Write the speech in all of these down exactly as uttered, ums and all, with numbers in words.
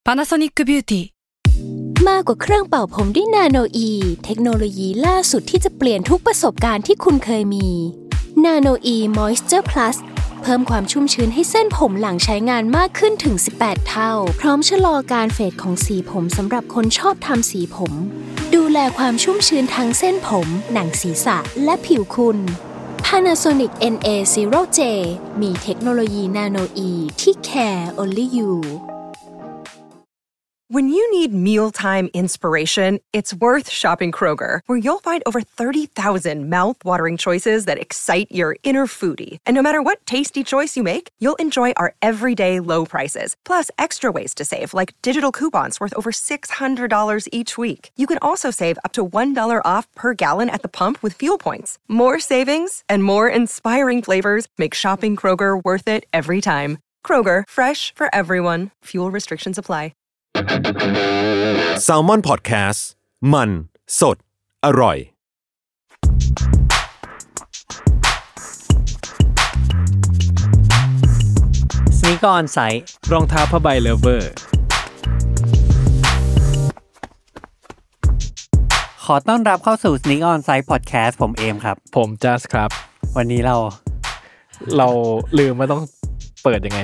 Panasonic Beauty มากกว่าเครื่องเป่าผมด้วยนาโนอีเทคโนโลยีล่าสุดที่จะเปลี่ยนทุกประสบการณ์ที่คุณเคยมีนาโนอีมอยส์เจอร์พลัสเพิ่มความชุ่มชื้นให้เส้นผมหลังใช้งานมากขึ้นถึงสิบแปดเท่าพร้อมชะลอการเฟดของสีผมสำหรับคนชอบทำสีผมดูแลความชุ่มชื้นทั้งเส้นผมหนังศีรษะและผิวคุณ Panasonic เอ็น เอ ศูนย์ เจ มีเทคโนโลยีนาโนอีที่ care only you When you need mealtime inspiration, it's worth shopping Kroger, where you'll find over thirty thousand mouth-watering choices that excite your inner foodie. And no matter what tasty choice you make, you'll enjoy our everyday low prices, plus extra ways to save, like digital coupons worth over six hundred dollars each week. You can also save up to one dollar off per gallon at the pump with fuel points. More savings and more inspiring flavors make shopping Kroger worth it every time. Kroger, fresh for everyone. Fuel restrictions apply. Salmon Podcast มันสดอร่อยสนีกอนไซต์รองเท้าผ้าใบเลเวอร์ขอต้อนรับเข้าสู่ Sneak On Site Podcast ผมเอมครับผมจัสครับวันนี้เราเราลืมว่าต้องเปิดยังไง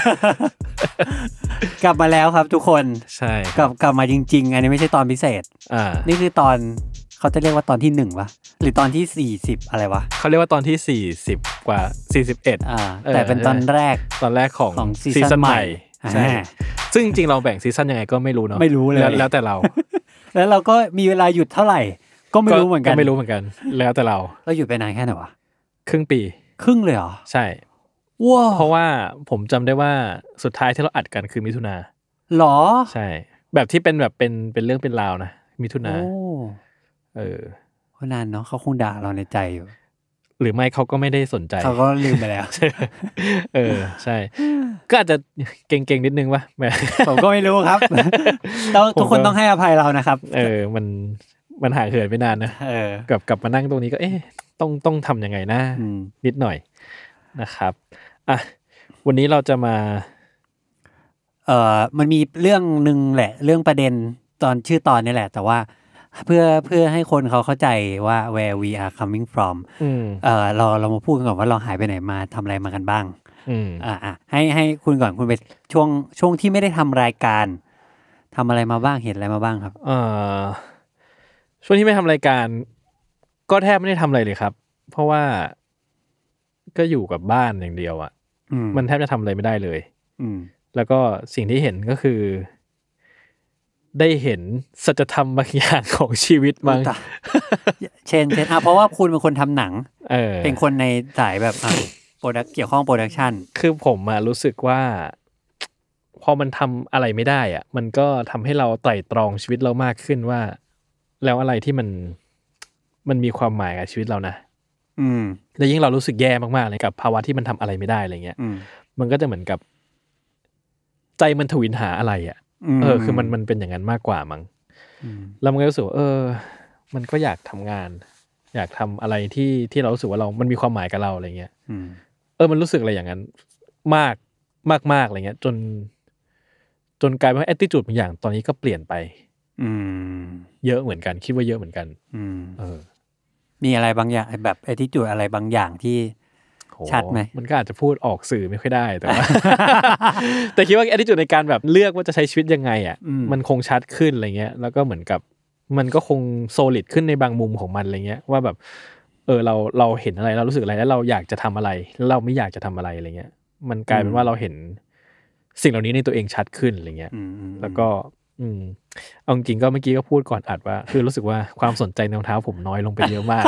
กลับมาแล้วครับทุกคนใช่กลับกลับมาจริงๆอันนี้ไม่ใช่ตอนพิเศษอ่านี่คือตอนเขาจะเรียกว่าตอนที่หนึ่งวะหรือตอนที่สี่สิบอะไรวะเขาเรียกว่าตอนที่สี่สิบกว่าสี่สิบเอ็ดอ่าแต่เป็นตอนแรกตอนแรกของของซีซั่นใหม่ใช่ซึ่งจริงๆเราแบ่งซีซั่นยังไงก็ไม่รู้เนาะไม่รู้เลยแล้วแต่เราแล้วเราก็มีเวลาหยุดเท่าไหร่ก็ไม่รู้เหมือนกันก็ไม่รู้เหมือนกันแล้วแต่เราเราหยุดไปนานแค่ไหนวะครึ่งปีครึ่งเลยเหรอใช่ว้าวเพราะว่าผมจำได้ว่าสุดท้ายที่เราอัดกันคือมิถุนาหรอใช่แบบที่เป็นแบบเป็นเป็นเรื่องเป็นราวนะมิถุนาโอ้เออก็นานเนาะเขาคงด่าเราในใจอยู่หรือไม่เขาก็ไม่ได้สนใจเขาก็ลืมไปแล้วเออใช่ก็อาจจะเก่งๆนิดนึงวะผมก็ไม่รู้ครับต้องทุกคนต้องให้อภัยเรานะครับเออมันมันห่างเหินไปนานนะเออกับกลับมานั่งตรงนี้ก็เอ๊ะต้องต้องทำยังไงนะนิดหน่อยนะครับอ่ะวันนี้เราจะมาเอ่อมันมีเรื่องนึงแหละเรื่องประเด็นตอนชื่อตอนนี่แหละแต่ว่าเพื่อเพื่อให้คนเขาเข้าใจว่า where we are coming from เอ่อเราเรามาพูดกันก่อนว่าเราหายไปไหนมาทำอะไรมากันบ้างอ่าอ่ะให้ให้คุณก่อนคุณไปช่วงช่วงที่ไม่ได้ทำรายการทำอะไรมาบ้างเห็นอะไรมาบ้างครับเอ่อช่วงที่ไม่ทำรายการก็แทบไม่ได้ทำอะไรเลยครับเพราะว่าก็อยู่กับบ้านอย่างเดียวอ่ะมันแทบจะทำอะไรไม่ได้เลยแล้วก็สิ่งที่เห็นก็คือได้เห็นสัจธรรมบางอย่างของชีวิตมั้งเช่นเช่นอ่ะเพราะว่าคุณเป็นคนทำหนังเออเป็นคนในสายแบบอ่ะโปรดักเกี่ยวข้องโปรดักชันคือผมอ่ะรู้สึกว่าพอมันทำอะไรไม่ได้อ่ะมันก็ทำให้เราไตร่ตรองชีวิตเรามากขึ้นว่าแล้วอะไรที่มันมันมีความหมายกับชีวิตเรานะอืมแล้วยิ่งเรารู้สึกแย่มากๆเลยกับภาวะที่มันทำอะไรไม่ได้อะไรเงี้ยมันก็จะเหมือนกับใจมันทวินหาอะไรอ่ะเออคือมันมันเป็นอย่างนั้นมากกว่ามั้งแล้วมันก็รู้สึกว่าเออมันก็อยากทำงานอยากทำอะไรที่ที่เรารู้สึกว่าเรามันมีความหมายกับเราอะไรเงี้ยเออมันรู้สึกอะไรอย่างนั้นมากมากมากอะไรเงี้ยจนจนกลายเป็นว่า attitude บางอย่างตอนนี้ก็เปลี่ยนไปเยอะเหมือนกันคิดว่าเยอะเหมือนกันเออมีอะไรบางอย่างแบบ attitude อะไรบางอย่างที่ชัดไหมมันก็อาจจะพูดออกสื่อไม่ค่อยได้แต่ว่า แต่คิดว่า attitude ในการแบบเลือกว่าจะใช้ชีวิตยังไงอ่ะมันคงชัดขึ้นอะไรเงี้ยแล้วก็เหมือนกับมันก็คง solid ขึ้นในบางมุมของมันอะไรเงี้ยว่าแบบเออเราเราเห็นอะไรเรารู้สึกอะไรแล้วเราอยากจะทำอะไรแล้วเราไม่อยากจะทำอะไรอะไรเงี้ยมันกลายเป็นว่าเราเห็นสิ่งเหล่านี้ในตัวเองชัดขึ้นอะไรเงี้ยแล้วก็อืมเอาจริงก็เมื่อกี้ก็พูดก่อนอัดว่าคือรู้สึกว่าความสนใจในรองเท้าผมน้อยลงไปเยอะมาก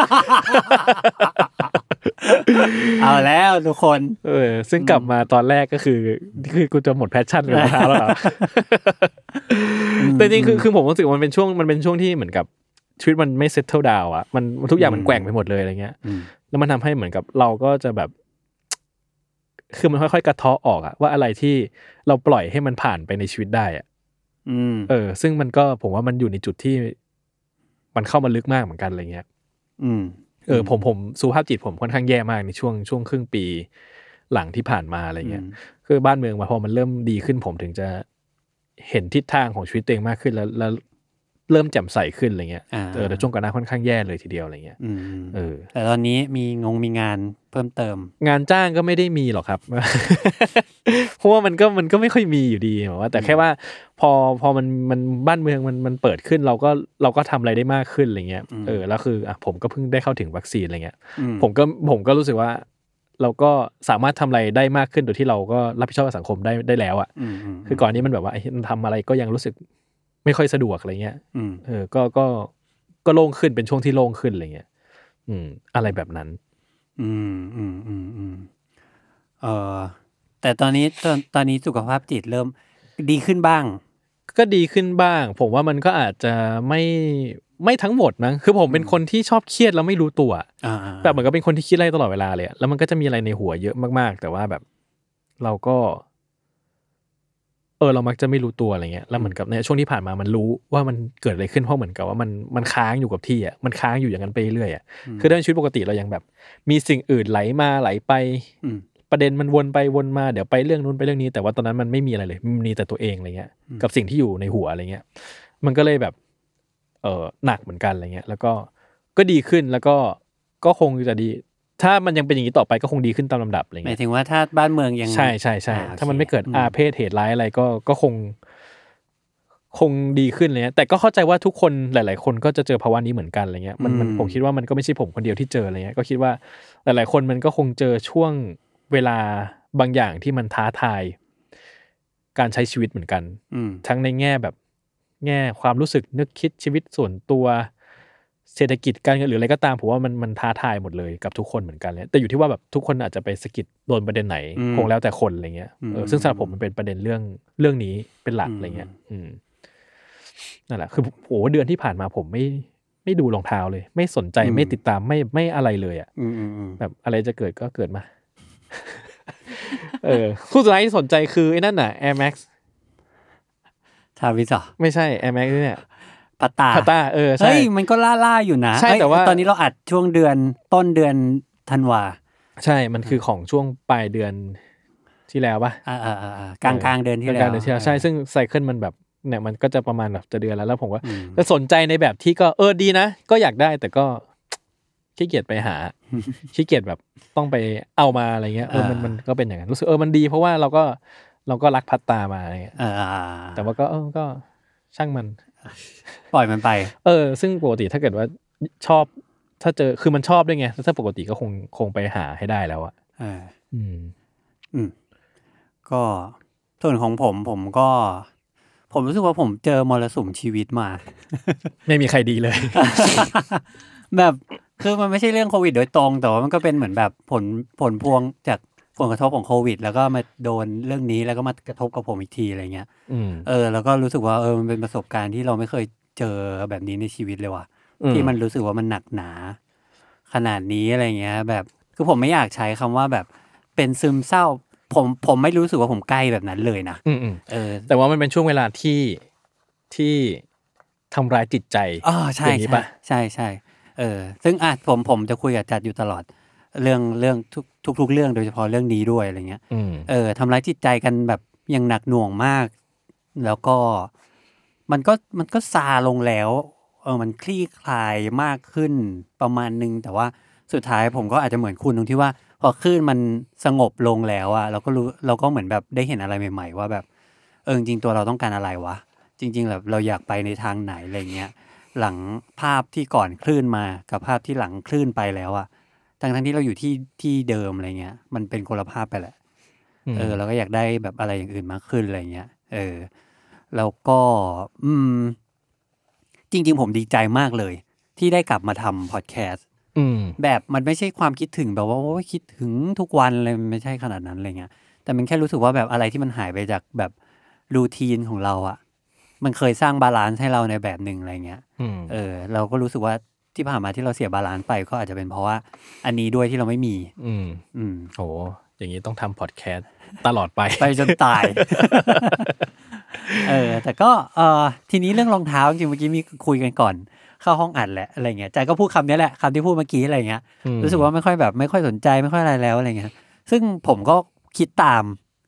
เอาแล้วทุกคนเออซึ่งกลับมาตอนแรกก็คือคือกูจะหมดแพชชั่นกับรองเท้าแล้วเหรอ แต่จริงคือคือผมรู้สึกมันเป็นช่วงมันเป็นช่วงที่เหมือนกับชีวิตมันไม่เซตเทิลดาวน์อ่ะมันทุกอย่างมันแกว่งไปหมดเลยอะไรเงี้ยแล้วมันทำให้เหมือนกับเราก็จะแบบคือมันค่อยๆกระเทาะออกอ่ะว่าอะไรที่เราปล่อยให้มันผ่านไปในชีวิตได้อ่ะเออซึ่งมันก็ผมว่ามันอยู่ในจุดที่มันเข้ามาลึกมากเหมือนกันอะไรเงี้ยเออผมผมสุขภาพจิตผมค่อนข้างแย่มากในช่วงช่วงครึ่งปีหลังที่ผ่านมาอะไรเงี้ยคือบ้านเมืองมาพอมันเริ่มดีขึ้นผมถึงจะเห็นทิศทางของชีวิตตัวเองมากขึ้นแล้วแล้วเริ่มแจ่มใสขึ้นอะไรเงี้ยเออแต่ช่วงก่อนหน้าค่อนข้างแย่เลยทีเดียวอะไรเงี้ยเออแต่ตอนนี้มีงงมีงานเพิ่มเติมงานจ้างก็ไม่ได้มีหรอกครับ เพราะว่ามันก็มันก็ไม่ค่อยมีอยู่ดีแบบว่าแต่แค่ว่าพอพอมันมันบ้านเมืองมันมันเปิดขึ้นเราก็เราก็ทำอะไรได้มากขึ้นอะไรเงี้ยเออแล้วคืออ่ะผมก็เพิ่งได้เข้าถึงวัคซีนอะไรเงี้ยผมก็ผมก็รู้สึกว่าเราก็สามารถทำอะไรได้มากขึ้นโดยที่เราก็รับผิดชอบกับสังคมได้ได้แล้วอ่ะคือก่อนนี้มันแบบว่าทำอะไรก็ยังรู้สึกไม่ค่อยสะดวกอะไรเงี้ยเออก็ก็ก็โล่งขึ้นเป็นช่วงที่โล่งขึ้นอะไรเงี้ยอืมอะไรแบบนั้นอืมอืมอืมอืมเออแต่ตอนนี้ตอนตอนนี้สุขภาพจิตเริ่มดีขึ้นบ้างก็ดีขึ้นบ้างผมว่ามันก็อาจจะไม่ไม่ทั้งหมดมั้งคือผมเป็นคนที่ชอบเครียดแล้วไม่รู้ตัวแบบเหมือนกับเป็นคนที่คิดอะไรตลอดเวลาเลยแล้วมันก็จะมีอะไรในหัวเยอะมากๆแต่ว่าแบบเราก็เออเรามักจะไม่รู้ตัวอะไรเงี้ยแล้วเหมือนกับในช่วงที่ผ่านมามันรู้ว่ามันเกิดอะไรขึ้นเพราะเหมือนกับว่ามันมันค้างอยู่กับที่อ่ะมันค้างอยู่อย่างนั้นไปเรื่อยอ่ะคือในชีวิตปกติเรายังแบบมีสิ่งอื่นไหลมาไหลไปประเด็นมันวนไปวนมาเดี๋ยวไปเรื่องนู้นไปเรื่องนี้แต่ว่าตอนนั้นมันไม่มีอะไรเลยมีแต่ตัวเองอะไรเงี้ยกับสิ่งที่อยู่ในหัวอะไรเงี้ยมันก็เลยแบบเออหนักเหมือนกันอะไรเงี้ยแล้วก็ก็ดีขึ้นแล้วก็ก็คงจะดีถ้ามันยังเป็นอย่างนี้ต่อไปก็คงดีขึ้นตามลำดับอะไรเงี้ยหมายถึงว่าถ้าบ้านเมืองยังใช่ใช่ใช่ถ้ามันไม่เกิดอาเพศเหตุร้ายอะไรก็ก็คงคงดีขึ้นเลยแต่ก็เข้าใจว่าทุกคนหลายๆคนก็จะเจอภาวะนี้เหมือนกันอะไรเงี้ยมันมันผมคิดว่ามันก็ไม่ใช่ผมคนเดียวที่เจออะไรเงี้ยก็คิดว่าหลายๆคนมันก็คงเจอช่วงเวลาบางอย่างที่มันท้าทายการใช้ชีวิตเหมือนกันทั้งในแง่แบบแง่ความรู้สึกนึกคิดชีวิตส่วนตัวเศรษฐกิจการเงินหรืออะไรก็ตามผมว่ามันมันท้าทายหมดเลยกับทุกคนเหมือนกันเลยแต่อยู่ที่ว่าแบบทุกคนอาจจะไปสะกิดโดนประเด็นไหนคงแล้วแต่คนอะไรเงี้ยเออซึ่งสำหรับผมมันเป็นประเด็นเรื่องเรื่องนี้เป็นหลักอะไรเงี้ยอืมนั่นแหละคือโหเดือนที่ผ่านมาผมไม่ไม่ดูรองเท้าเลยไม่สนใจไม่ติดตามไม่ไม่อะไรเลยอ่ะแบบอะไรจะเกิดก็เกิดมาเออคู่สุดท้ายที่สนใจคือไอ้นั่นน่ะ Air Max ทาวิสอ่ะไม่ใช่ Air Max เนี่ยพาตาพาตาเออใช่เฮ้ยมันก็ล่าๆอยู่นะใช่แต่ว่าตอนนี้เราอัดช่วงเดือนต้นเดือนธันวาใช่มันคือของช่วงปลายเดือนที่แล้วป่ะอ่าๆๆกลางๆเดือนที่แล้วกลางๆเดือนที่แล้วใช่ซึ่งไซเคิลมันแบบเนี่ยมันก็จะประมาณแบบจะเดือนแล้วแล้วผมก็จะสนใจในแบบที่ก็เออดีนะก็อยากได้แต่ก็ขี้เกียจไปหาขี้เกียจแบบต้องไปเอามาอะไรเงี้ยเออมันมันก็เป็นอย่างนั้นรู้สึกเออมันดีเพราะว่าเราก็เราก็รักพัตตามาอะไรเงี้ยแต่ว่าก็เออก็ช่างมันปล่อยมันไปเออซึ่งปกติถ้าเกิดว่าชอบถ้าเจอคือมันชอบด้วยไงถ้าปกติก็คงคงไปหาให้ได้แล้วอ่ะอ่าอืมอืมก็ส่วนของผมผมก็ผมรู้สึกว่าผมเจอมรสุมชีวิตมาไม่มีใครดีเลยแบบคือมันไม่ใช่เรื่องโควิดโดยตรงแต่ว่ามันก็เป็นเหมือนแบบผลผลพวงจากผลกระทบของโควิดแล้วก็มาโดนเรื่องนี้แล้วก็มากระทบกับผมอีกทีอะไรเงี้ยเออแล้วก็รู้สึกว่าเออมันเป็นประสบการณ์ที่เราไม่เคยเจอแบบนี้ในชีวิตเลยว่ะที่มันรู้สึกว่ามันหนักหนาขนาดนี้อะไรเงี้ยแบบคือผมไม่อยากใช้คำว่าแบบเป็นซึมเศร้าผมผมไม่รู้สึกว่าผมใกล้แบบนั้นเลยนะเออแต่ว่ามันเป็นช่วงเวลาที่ที่ทำร้ายจิตใจอ๋อใช่ใช่ใช่ใช่เออซึ่งอ่ะผมผมจะคุยกับจัดอยู่ตลอดเรื่องเรื่องทุกทุกทุกเรื่องโดยเฉพาะเรื่องนี้ด้วยอะไรเงี้ยเออทำร้ายจิตใจกันแบบอย่างหนักหน่วงมากแล้วก็มันก็มันก็ซาลงแล้วเออมันคลี่คลายมากขึ้นประมาณนึงแต่ว่าสุดท้ายผมก็อาจจะเหมือนคุณตรงที่ว่าพอคลื่นมันสงบลงแล้วอะเราก็รู้เราก็เหมือนแบบได้เห็นอะไรใหม่ๆว่าแบบเออจริงๆตัวเราต้องการอะไรวะจริงๆแบบเราอยากไปในทางไหนอะไรเงี้ยหลังภาพที่ก่อนคลื่นมากับภาพที่หลังคลื่นไปแล้วอะทั้งทั้งที่เราอยู่ที่ที่เดิมอะไรเงี้ยมันเป็นคนละภาพไปแหละเออเราก็อยากได้แบบอะไรอย่างอื่นมากขึ้นอะไรเงี้ยเออแล้วก็อืมจริงๆผมดีใจมากเลยที่ได้กลับมาทำพอดแคสต์แบบมันไม่ใช่ความคิดถึงแบบว่าโอ้ยคิดถึงทุกวันเลยมันไม่ใช่ขนาดนั้นอะไรเงี้ยแต่มันแค่รู้สึกว่าแบบอะไรที่มันหายไปจากแบบรูทีนของเราอะมันเคยสร้างบาลานซ์ให้เราในแบบหนึ่งอะไรเงี้ยเออเราก็รู้สึกว่าที่ผ่านมาที่เราเสียบาลานซ์ไปก็อาจจะเป็นเพราะว่าอันนี้ด้วยที่เราไม่มีอืมอืมโหอย่างนี้ต้องทำพอดแคสต์ตลอดไปไปจนตายเออแต่ก็เออทีนี้เรื่องรองเท้าจริงเมื่อกี้มีคุยกันก่อนเข้าห้องอัดแหละอะไรเงี้ยใจก็พูดคำนี้แหละคำที่พูดเมื่อกี้อะไรเงี้ยรู้สึกว่าไม่ค่อยแบบไม่ค่อยสนใจไม่ค่อยอะไรแล้วอะไรเงี้ยซึ่งผมก็คิดตาม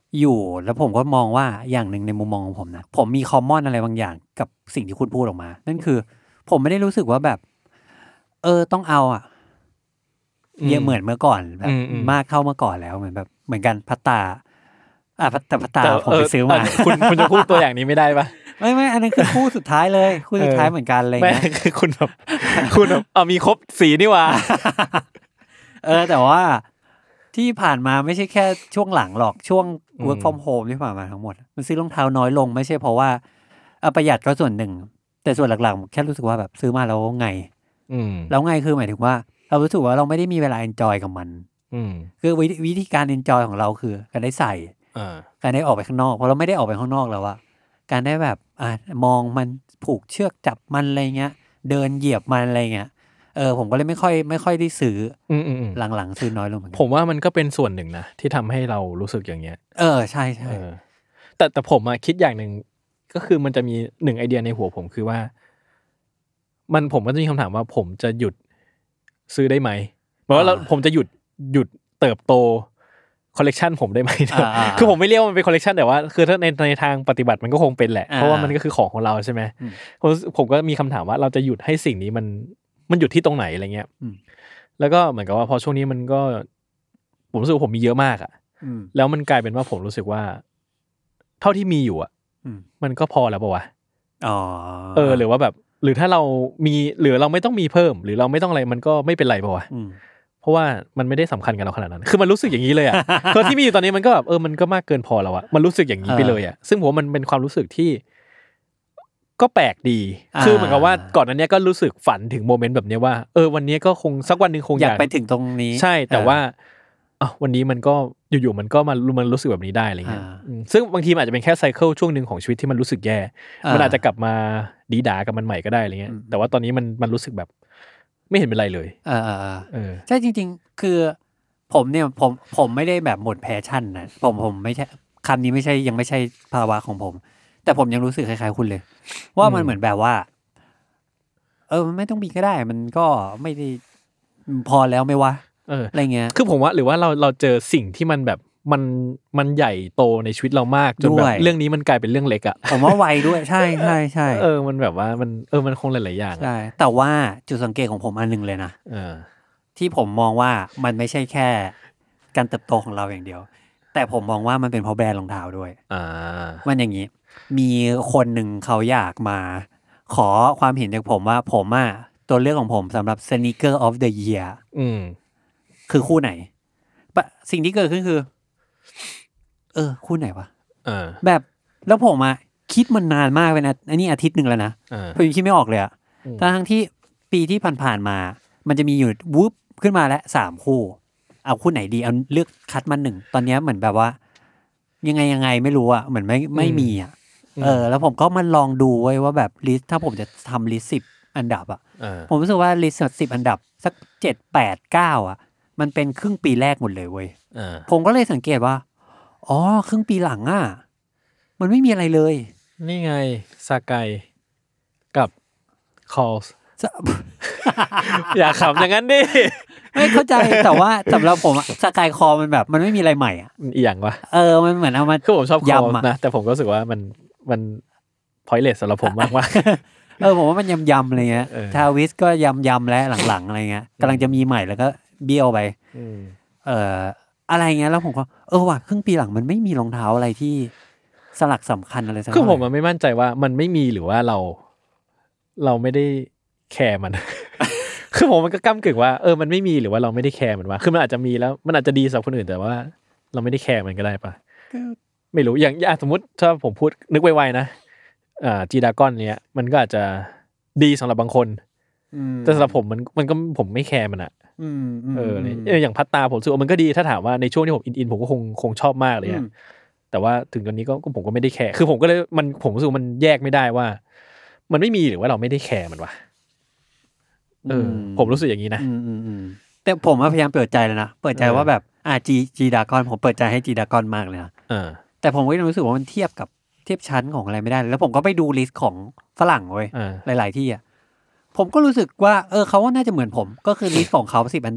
อยู่แล้วผมก็มองว่าอย่างหนึ่งในมุมมองของผมนะผมมีคอมมอนอะไรบางอย่างกับสิ่งที่คุณพูดออกมานั่นคือผมไม่ได้รู้สึกว่าแบบเออต้องเอาอ่ะเยอะเหมือนเมื่อก่อนแบบมากเท่าเมื่อก่อนแล้วเหมือนแบบเหมือนกันพัตตาอ่ะพัตตาพัตตาผมไปซื้อมาคุณคุณจะพูดตัวอย่างนี้ไม่ได้ปะไม่ไม่อันนั้นคือคู่สุดท้ายเลยคู่สุดท้ายเหมือนกันเลยนะคือคุณแบบคุณแบบเอามีครบสีนี่ว่าเออแต่ว่าที่ผ่านมาไม่ใช่แค่ช่วงหลังหรอกช่วง work from home ที่ผ่านมาทั้งหมดมันซื้อรองเท้าน้อยลงไม่ใช่เพราะว่าประหยัดก็ส่วนหนึ่งแต่ส่วนหลักๆแค่รู้สึกว่าแบบซื้อมาแล้วไงแล้วไงคือหมายถึงว่าเรารู้สึกว่าเราไม่ได้มีเวลา enjoy กับมันคือวิธีการ enjoy ของเราคือการได้ใส่การได้ออกไปข้างนอกเพราะเราไม่ได้ออกไปข้างนอกแล้วอะการได้แบบอ่ะมองมันผูกเชือกจับมันอะไรเงี้ยเดินเหยียบมันอะไรเงี้ยเออผมก็เลยไม่ค่อยไม่ค่อยได้ซื้อหลังๆซื้อน้อยลงเหมือนกันผมว่ามันก็เป็นส่วนหนึ่งนะที่ทำให้เรารู้สึกอย่างเงี้ยเออใช่ใช่แต่แต่ผมอะคิดอย่างหนึ่งก็คือมันจะมีหนึ่งไอเดียในหัวผมคือว่ามันผมก็จะมีคำถามว่าผมจะหยุดซื้อได้ไหมเพราะว่าเราผมจะหยุดหยุดเติบโตคอลเลกชันผมได้ไหมคือผมไม่เรียกว่ามันเป็นคอลเลกชันแต่ว่าคือถ้าในในทางปฏิบัติมันก็คงเป็นแหละเพราะว่ามันก็คือของของเราใช่ไหมผมผมก็มีคำถามว่าเราจะหยุดให้สิ่งนี้มันมันหยุดที่ตรงไหนอะไรเงี้ยแล้วก็เหมือนกับว่าพอช่วงนี้มันก็ผมรู้สึกว่าผมมีเยอะมากอ่ะแล้วมันกลายเป็นว่าผมรู้สึกว่าเท่าที่มีอยู่อ่ะมันก็พอแล้วป่ะวะอ๋อเออหรือว่าแบบหรือถ้าเรามีหรือเราไม่ต้องมีเพิ่มหรือเราไม่ต้องอะไรมันก็ไม่เป็นไรป่ะวะเพราะว่ามันไม่ได้สำคัญกับเราขนาดนั้นคือมันรู้สึกอย่างนี้เลยอ่ะคือที่มีอยู่ตอนนี้มันก็แบบเออมันก็มากเกินพอแล้วอ่ะมันรู้สึกอย่างนี้ไปเลยอ่ะซึ่งผมว่ามันเป็นความรู้สึกที่ก็แปลกดีคือเหมือนกับว่าก่อนอันนี้ก็รู้สึกฝันถึงโมเมนต์แบบนี้ว่าเออวันนี้ก็คงสักวันนึงคงอยากไปถึงตรงนี้ใช่แต่ว่าอ้าววันนี้มันก็อยู่ๆมันก็มามันรู้สึกแบบนี้ได้อะไรเงี้ยซึ่งบางทีมันอาจจะเป็นแค่ไซเคิลช่วงนึงของชีวิตที่มันรู้สึกแย่มันอาจจะกลับมาดีดากับมันใหม่ก็ได้อะไรเงี้ยแต่ว่าตอนนี้มันมันรู้สึกแบบไม่เห็นเป็นไรเลยเออเออใช่จริงๆคือผมเนี่ยผมผมไม่ได้แบบหมดแพชชั่นนะผมผมไม่ใช่คำนี้ไม่ใช่ยังไม่ใช่ภาวะของผมแต่ผมยังรู้สึกคล้ายๆคุณเลยว่ามันเหมือนแบบว่าเออมันไม่ต้องมีก็ได้มันก็ไม่ได้พอแล้วไหมวะเอออะไรเงี้ยคือผมว่าหรือว่าเราเราเจอสิ่งที่มันแบบมันมันใหญ่โตในชีวิตเรามากจนแบบเรื่องนี้มันกลายเป็นเรื่องเล็กอ่ะผมว่าไวด้วยใช่ใช่ใช่เออมันแบบว่ามันเออมันคงหลายๆอย่างใช่แต่ว่าจุดสังเกตของผมอันนึงเลยนะเออที่ผมมองว่ามันไม่ใช่แค่การเติบโตของเราอย่างเดียวแต่ผมมองว่ามันเป็นเพราะแบรนด์รองเท้าด้วยอ่ามันอย่างนี้มีคนหนึ่งเขาอยากมาขอความเห็นจากผมว่าผมอ่ะตัวเลือกของผมสำหรับ sneaker of the year อืมคือคู่ไหนสิ่งที่เกิดขึ้นคือเออคู่ไหนวะเออแบบแล้วผมอ่ะคิดมันนานมากเลยนะอันนี้อาทิตย์นึงแล้วนะผมยังคิดไม่ออกเลยอ่ะทั้งที่ปีที่ผ่านๆมามันจะมีอยู่วุบขึ้นมาแล้วสามคู่เอาคู่ไหนดีเอาเลือกคัดมาหนึ่งตอนนี้เหมือนแบบว่ายังไงยังไงไม่รู้อ่ะเหมือนไม่ไม่มีอ่ะเออแล้วผมก็มาลองดูไว้ว่าแบบลิสต์ถ้าผมจะทำลิสต์สิบอันดับอ่ะผมรู้สึกว่าลิสต์สิบอันดับสักเจ็ดแปดเก้าอ่ะมันเป็นครึ่งปีแรกหมดเลยเว้ยผมก็เลยสังเกตว่าอ๋อครึ่งปีหลังอ่ะมันไม่มีอะไรเลยนี่ไงซาไกกับคอลส์อย่าขำอย่างนั้นดิไม่เข้าใจแต่ว่าสำหรับผมสกายคอมันแบบมันไม่มีอะไรใหม่อ่ะมันอีหยังวะเออมันเหมือนเอามาคือผมชอบคอลส์นะแต่ผมก็รู้สึกว่ามันมันพอยต์เลสสำหรับผมมากว่าเออผมว่ามันยำยำอะไรเงี้ยทาวิสก็ยำยำแล้วหลังๆอะไรเงี้ยกำลังจะมีใหม่แล้วก็เบี้ยวไปเอ่ออะไรเงี้ยแล้วผมก็เออว่ะครึ่งปีหลังมันไม่มีรองเท้าอะไรที่สลักสำคัญอะไรสักคือผมมันไม่มั่นใจว่ามันไม่มีหรือว่าเราเราไม่ได้แคร์มัน คือผมมันก็ก้ำกึ่งว่าเออมันไม่มีหรือว่าเราไม่ได้แคร์มันว่าคือมันอาจจะมีแล้วมันอาจจะดีสำหรับคนอื่นแต่ว่าเราไม่ได้แคร์มันก็ได้ปะไม่รู้อย่างสมมติถ้าผมพูดนึกไวๆนะอ่าจีดากอนเนี้ยมันก็อาจจะดีสำหรับบางคนแต่สำหรับผมมันมันก็ผมไม่แคร์มันอะเอออย่างพัตตาผมรู้สึกว่ามันก็ดีถ้าถามว่าในช่วงที่ผมอินๆผมก็คงคงชอบมากเลยอะแต่ว่าถึงตอนนี้ก็ผมก็ไม่ได้แคร์คือผมก็เลยมันผมรู้สึกมันแยกไม่ได้ว่ามันไม่มีหรือว่าเราไม่ได้แคร์มันวะเออผมรู้สึกอย่างนี้นะแต่ผมพยายามเปิดใจแล้วนะเปิดใจว่าแบบอ่าจีจีดากอนผมเปิดใจให้จีดากอนมากเลยนะแต่ผมก็ยังรู้สึกว่ามันเทียบกับเทียบชั้นของอะไรไม่ได้แล้วผมก็ไปดูลิสต์ของฝรั่งเว้ยหลายๆที่อ่ะผมก็รู้สึกว่าเออเขาว่าน่าจะเหมือนผมก็คือลิสต์ของเขาสิบอันดับอ่ะ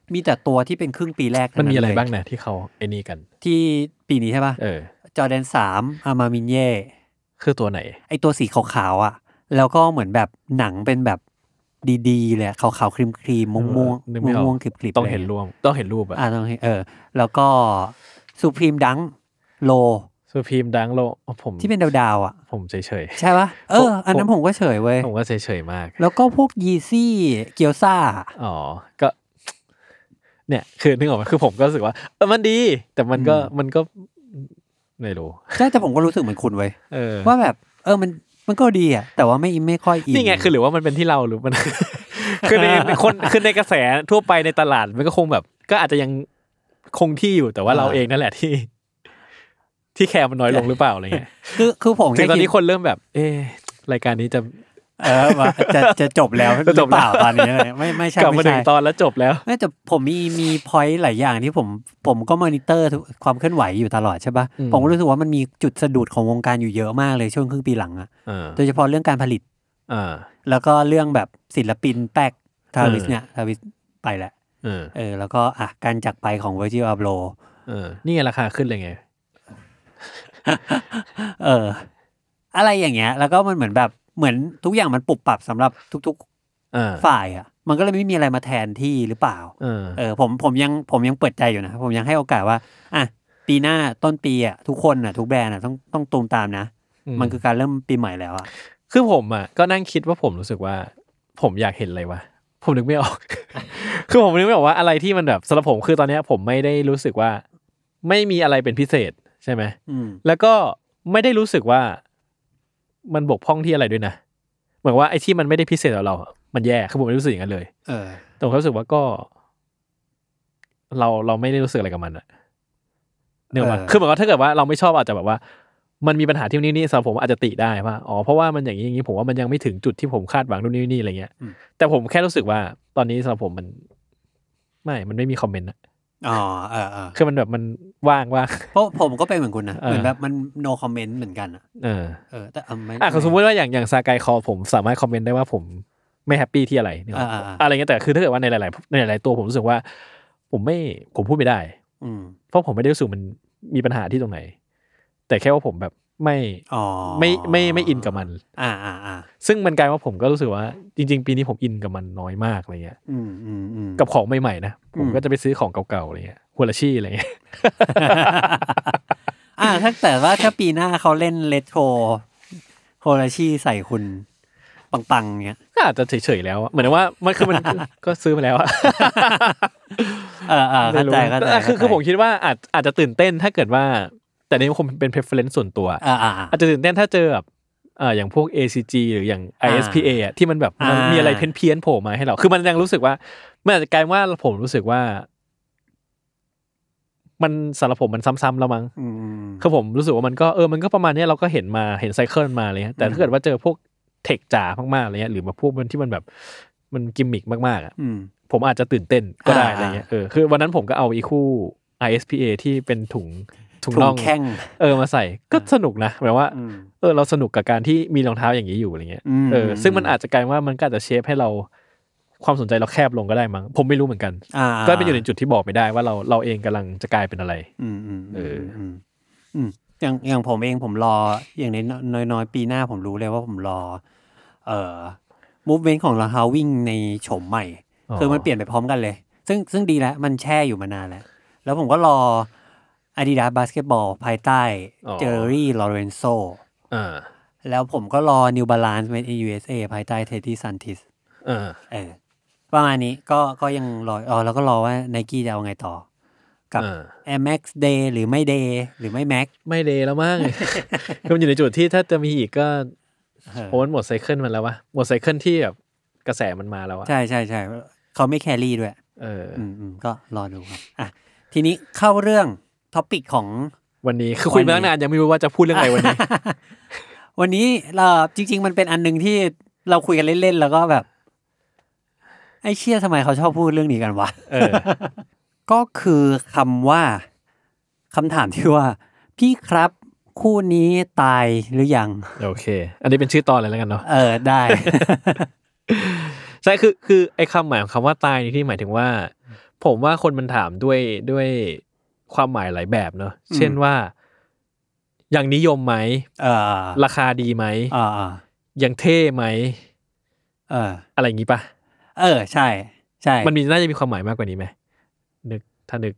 มีแต่ตัวที่เป็นครึ่งปีแรกมันมีอะไรบ้างนะที่เขาไอ้นี่กันที่ปีนี้ใช่ป่ะเออจอร์แดนสามอามามินเย่คือตัวไหนไอตัวสีขาวๆอ่ะแล้วก็เหมือนแบบหนังเป็นแบบดีๆเลยขาวๆครีมๆม่วงๆม่วงๆคลิบๆต้องเห็นรูปต้องเห็นรูปอ่ะอ่าต้องเห็นเออแล้วก็ซูพรีมดังโลซูพรีมดังโลผมที่เป็นดาวๆอ่ะผมเฉยๆใช่ป่ะเอออันนั้นผมก็เฉยเว้ยผมก็เฉยๆมากแล้วก็พวกยีซี่เกียวซ่าอ๋อก็เนี่ยคือนึกออกมั้ยคือผมก็รู้สึกว่าเออมันดีแต่มันก็มันก็ไม่รู้ใช่แต่ผมก็รู้สึกเหมือนคุณเว้ยเออว่าแบบเออมันมันก็ดีอ่ะแต่ว่าไม่ไม่ค่อยอินนี่ไงคือหรือว่ามันเป็นที่เราหรือมัน คือในคนคือในกระแสทั่วไปในตลาดมันก็คงแบบก็อาจจะยังคงที่อยู่แต่ว่าเราเองนั่นแหละที่ที่แคร์มันน้อยลงหรือเปล่าอะไรเงี้ยคือคือผมถึงตอนนี้คนเริ่มแบบเอ๊ะรายการนี้จะเออว่าจะจะจบแล้วหรือเปล่าตอนนี้อะไรไม่ไม่ใช่กลับมาถึงตอนแล้วจบแล้วแต่ผมมีมีพอยต์หลายอย่างที่ผมผมก็มอนิเตอร์ความเคลื่อนไหวอยู่ตลอดใช่ป่ะผมก็รู้สึกว่ามันมีจุดสะดุดของวงการอยู่เยอะมากเลยช่วงครึ่งปีหลังอ่ะโดยเฉพาะเรื่องการผลิตแล้วก็เรื่องแบบศิลปินแป๊กทาวิสเนี่ยทาวิสไปแหละเออแล้วก็อ่ะการจักรไปของ Virgil Abloh เออนี่ไงราคาขึ้นเลยไงเอออะไรอย่างเงี้ยแล้วก็มันเหมือนแบบเหมือนทุกอย่างมันปรับปรับสำหรับทุกๆฝ่ายอ่ะมันก็เลยไม่มีอะไรมาแทนที่หรือเปล่าเออเออผมผมยังผมยังเปิดใจอยู่นะผมยังให้โอกาสว่าอ่ะปีหน้าต้นปีอ่ะทุกคนอ่ะทุกแบรนด์อ่ะต้องต้องตูมตามนะมันคือการเริ่มปีใหม่แล้วอ่ะคือผมอ่ะก็นั่งคิดว่าผมรู้สึกว่าผมอยากเห็นอะไรวะผมนึกไม่ออก คือผมนึกไม่ออกว่าอะไรที่มันแบบสำหรับผมคือตอนนี้ผมไม่ได้รู้สึกว่าไม่มีอะไรเป็นพิเศษใช่ไหมแล้วก็ไม่ได้รู้สึกว่ามันบกพร่องที่อะไรด้วยนะเหมือนว่าไอ้ที่มันไม่ได้พิเศษต่อเรามันแย่คือผมไม่รู้สึกอย่างนั้นเลยเออแต่ผมรู้สึกว่าก็เราเราไม่ได้รู้สึกอะไรกับมันอะเนี่ยว่าคือเหมือนว่าถ้าเกิดว่าเราไม่ชอบอาจจะแบบว่ามันมีปัญหาที่นี่นี่สำหรับผมอาจจะติได้ว่าอ๋อเพราะว่ามันอย่างนี้อย่างนี้ผมว่ามันยังไม่ถึงจุดที่ผมคาดหวังนู่นนี่นี่อะไรเงี้ยแต่ผมแค่รู้สึกว่าตอนนี้สำหรับผมมันไม่มันไม่มีคอมเมนต์อะอ๋อเออเออคือมันแบบมันว่างว่างเพราะผมก็เป็นเหมือนคุณนะเหมือนแบบมัน no comment เหมือนกันอ่ะเออเออแต่ไม่อ่ะสมมติว่าอย่างอย่างซากายคอผมสามารถคอมเมนต์ได้ว่าผมไม่แฮปปี้ที่อะไรอะไรเงี้ยแต่คือถ้าเกิดว่าในหลายๆในหลายๆตัวผมรู้สึกว่าผมไม่ผมพูดไม่ได้เพราะผมไม่ได้รู้สึกมันมีปัญหาที่ตรงไหนแต่แค่ว่าผมแบบไม่ไม่ไม่ไม่อินกับมันอ่าอ่าอ่าซึ่งมันกลายว่าผมก็รู้สึกว่าจริงๆปีนี้ผมอินกับมันน้อยมากอะไรเงี้ยกับของใหม่ๆนะผมก็จะไปซื้อของเก่าๆอะไรเงี้ยฮัวลาชี่อะไรเงี้ยอ่าถ้าแต่ว่าถ้าปีหน้าเขาเล่นเรโทรฮัวลาชี่ใส่คุณปังๆเงี้ยก็อาจจะเฉยๆแล้วเหมือนว่ามันคือมันก็ซื้อมาแล้วอะเออๆเข้าใจเข้าใจคือคือผมคิดว่าอาจอาจจะตื่นเต้นถ้าเกิดว่าแต่นี่คงเป็น preference ส่วนตัวอาจจะตื่นเต้นถ้าเจอแบบอ่าอย่างพวก เอ ซี จี หรืออย่าง ไอ เอส พี เอ อ่ะที่มันแบบมันมีอะไรเพี้ยนๆโผล่มาให้เราคือมันยังรู้สึกว่ามันอาจจะกลายว่าผมรู้สึกว่ามันสำหรับผมมันซ้ำๆแล้วมั้งคือผมรู้สึกว่ามันก็เออมันก็ประมาณนี้เราก็เห็นมาเห็นไซเคิลมาอะไรเงี้ยแต่ถ้าเกิดว่าเจอพวกเทคจ๋ามากๆอะไรเงี้ยหรือมาพวกมันที่มันแบบมันกิมมิกมากๆอ่ะผมอาจจะตื่นเต้นก็ได้อะไรเงี้ยเออคือวันนั้นผมก็เอาอีคู่ ไอ เอส พี เอ ที่เป็นถุงถุงน่องเออมาใส่ก็สนุกนะหมายว่าเออเราสนุกกับการที่มีรองเท้าอย่างนี้อยู่อะไรเงี้ยเออซึ่งมันอาจจะกลายว่ามันก็อาจจะเชฟให้เราความสนใจเราแคบลงก็ได้มั้งผมไม่รู้เหมือนกันก็เป็นอยู่ในจุดที่บอกไม่ได้ว่าเราเราเองกำลังจะกลายเป็นอะไรเอออย่างอย่างผมเองผมรออย่างน้อยน้อยปีหน้าผมรู้เลยว่าผมรอเอ่อมูฟเมนต์ของรองเท้าวิ่งในโฉมใหม่คือมันเปลี่ยนไปพร้อมกันเลยซึ่งซึ่งดีแล้วมันแช่อยู่มานานแล้วแล้วผมก็รอAdidas Basketball ภายใต้ Jerry Lorenzo อ่าแล้วผมก็รอ New Balance Made in ยู เอส เอ ภายใต้ Teddy Santis เออเออประมาณนี้ก็ก็ยังรออ๋อแล้วก็รอว่า Nike จะเอาไงต่อกับ Air Max Day หรือไม่ Day หรือไม่ Max ไม่ Day แล้วมั้ง ก็อยู่ในจุดที่ถ้าจะมีอีกก็โอนหมดไซเคิลมันแล้ววะหมดไซเคิลที่แบบกระแสมันมาแล้วอะใช่ๆๆเขาไม่แครี่ด้วยเอออืมๆก็รอดูครับอ่ะทีนี้เข้าเรื่องท็อปิกของวันนี้คือคุยมาตั้งนานยังไม่รู้ว่าจะพูดเรื่องอะไรวันนี้วันนี้เราจริงๆมันเป็นอันนึงที่เราคุยกันเล่นๆแล้วก็แบบไอ้เชี่ยทำไมเขาชอบพูดเรื่องนี้กันวะเออ ก็คือคำว่าคำถามที่ว่าพี่ครับคู่นี้ตายหรือยังโอเคอันนี้เป็นชื่อตอนเลยแล้วกันเนาะเออได้ใช่คือคือไอ้คำหมายของคำว่าตายนี่ที่หมายถึงว่าผมว่าคนมันถามด้วยด้วยความหมายหลายแบบเนอะเช่นว่ายังนิยมไหมเออราคาดีไหมอ่ายังเท่ไหมเอออะไรอย่างงี้ป่ะเออใช่ใช่มันมีน่าจะมีความหมายมากกว่านี้ไหมนึกถ้านึก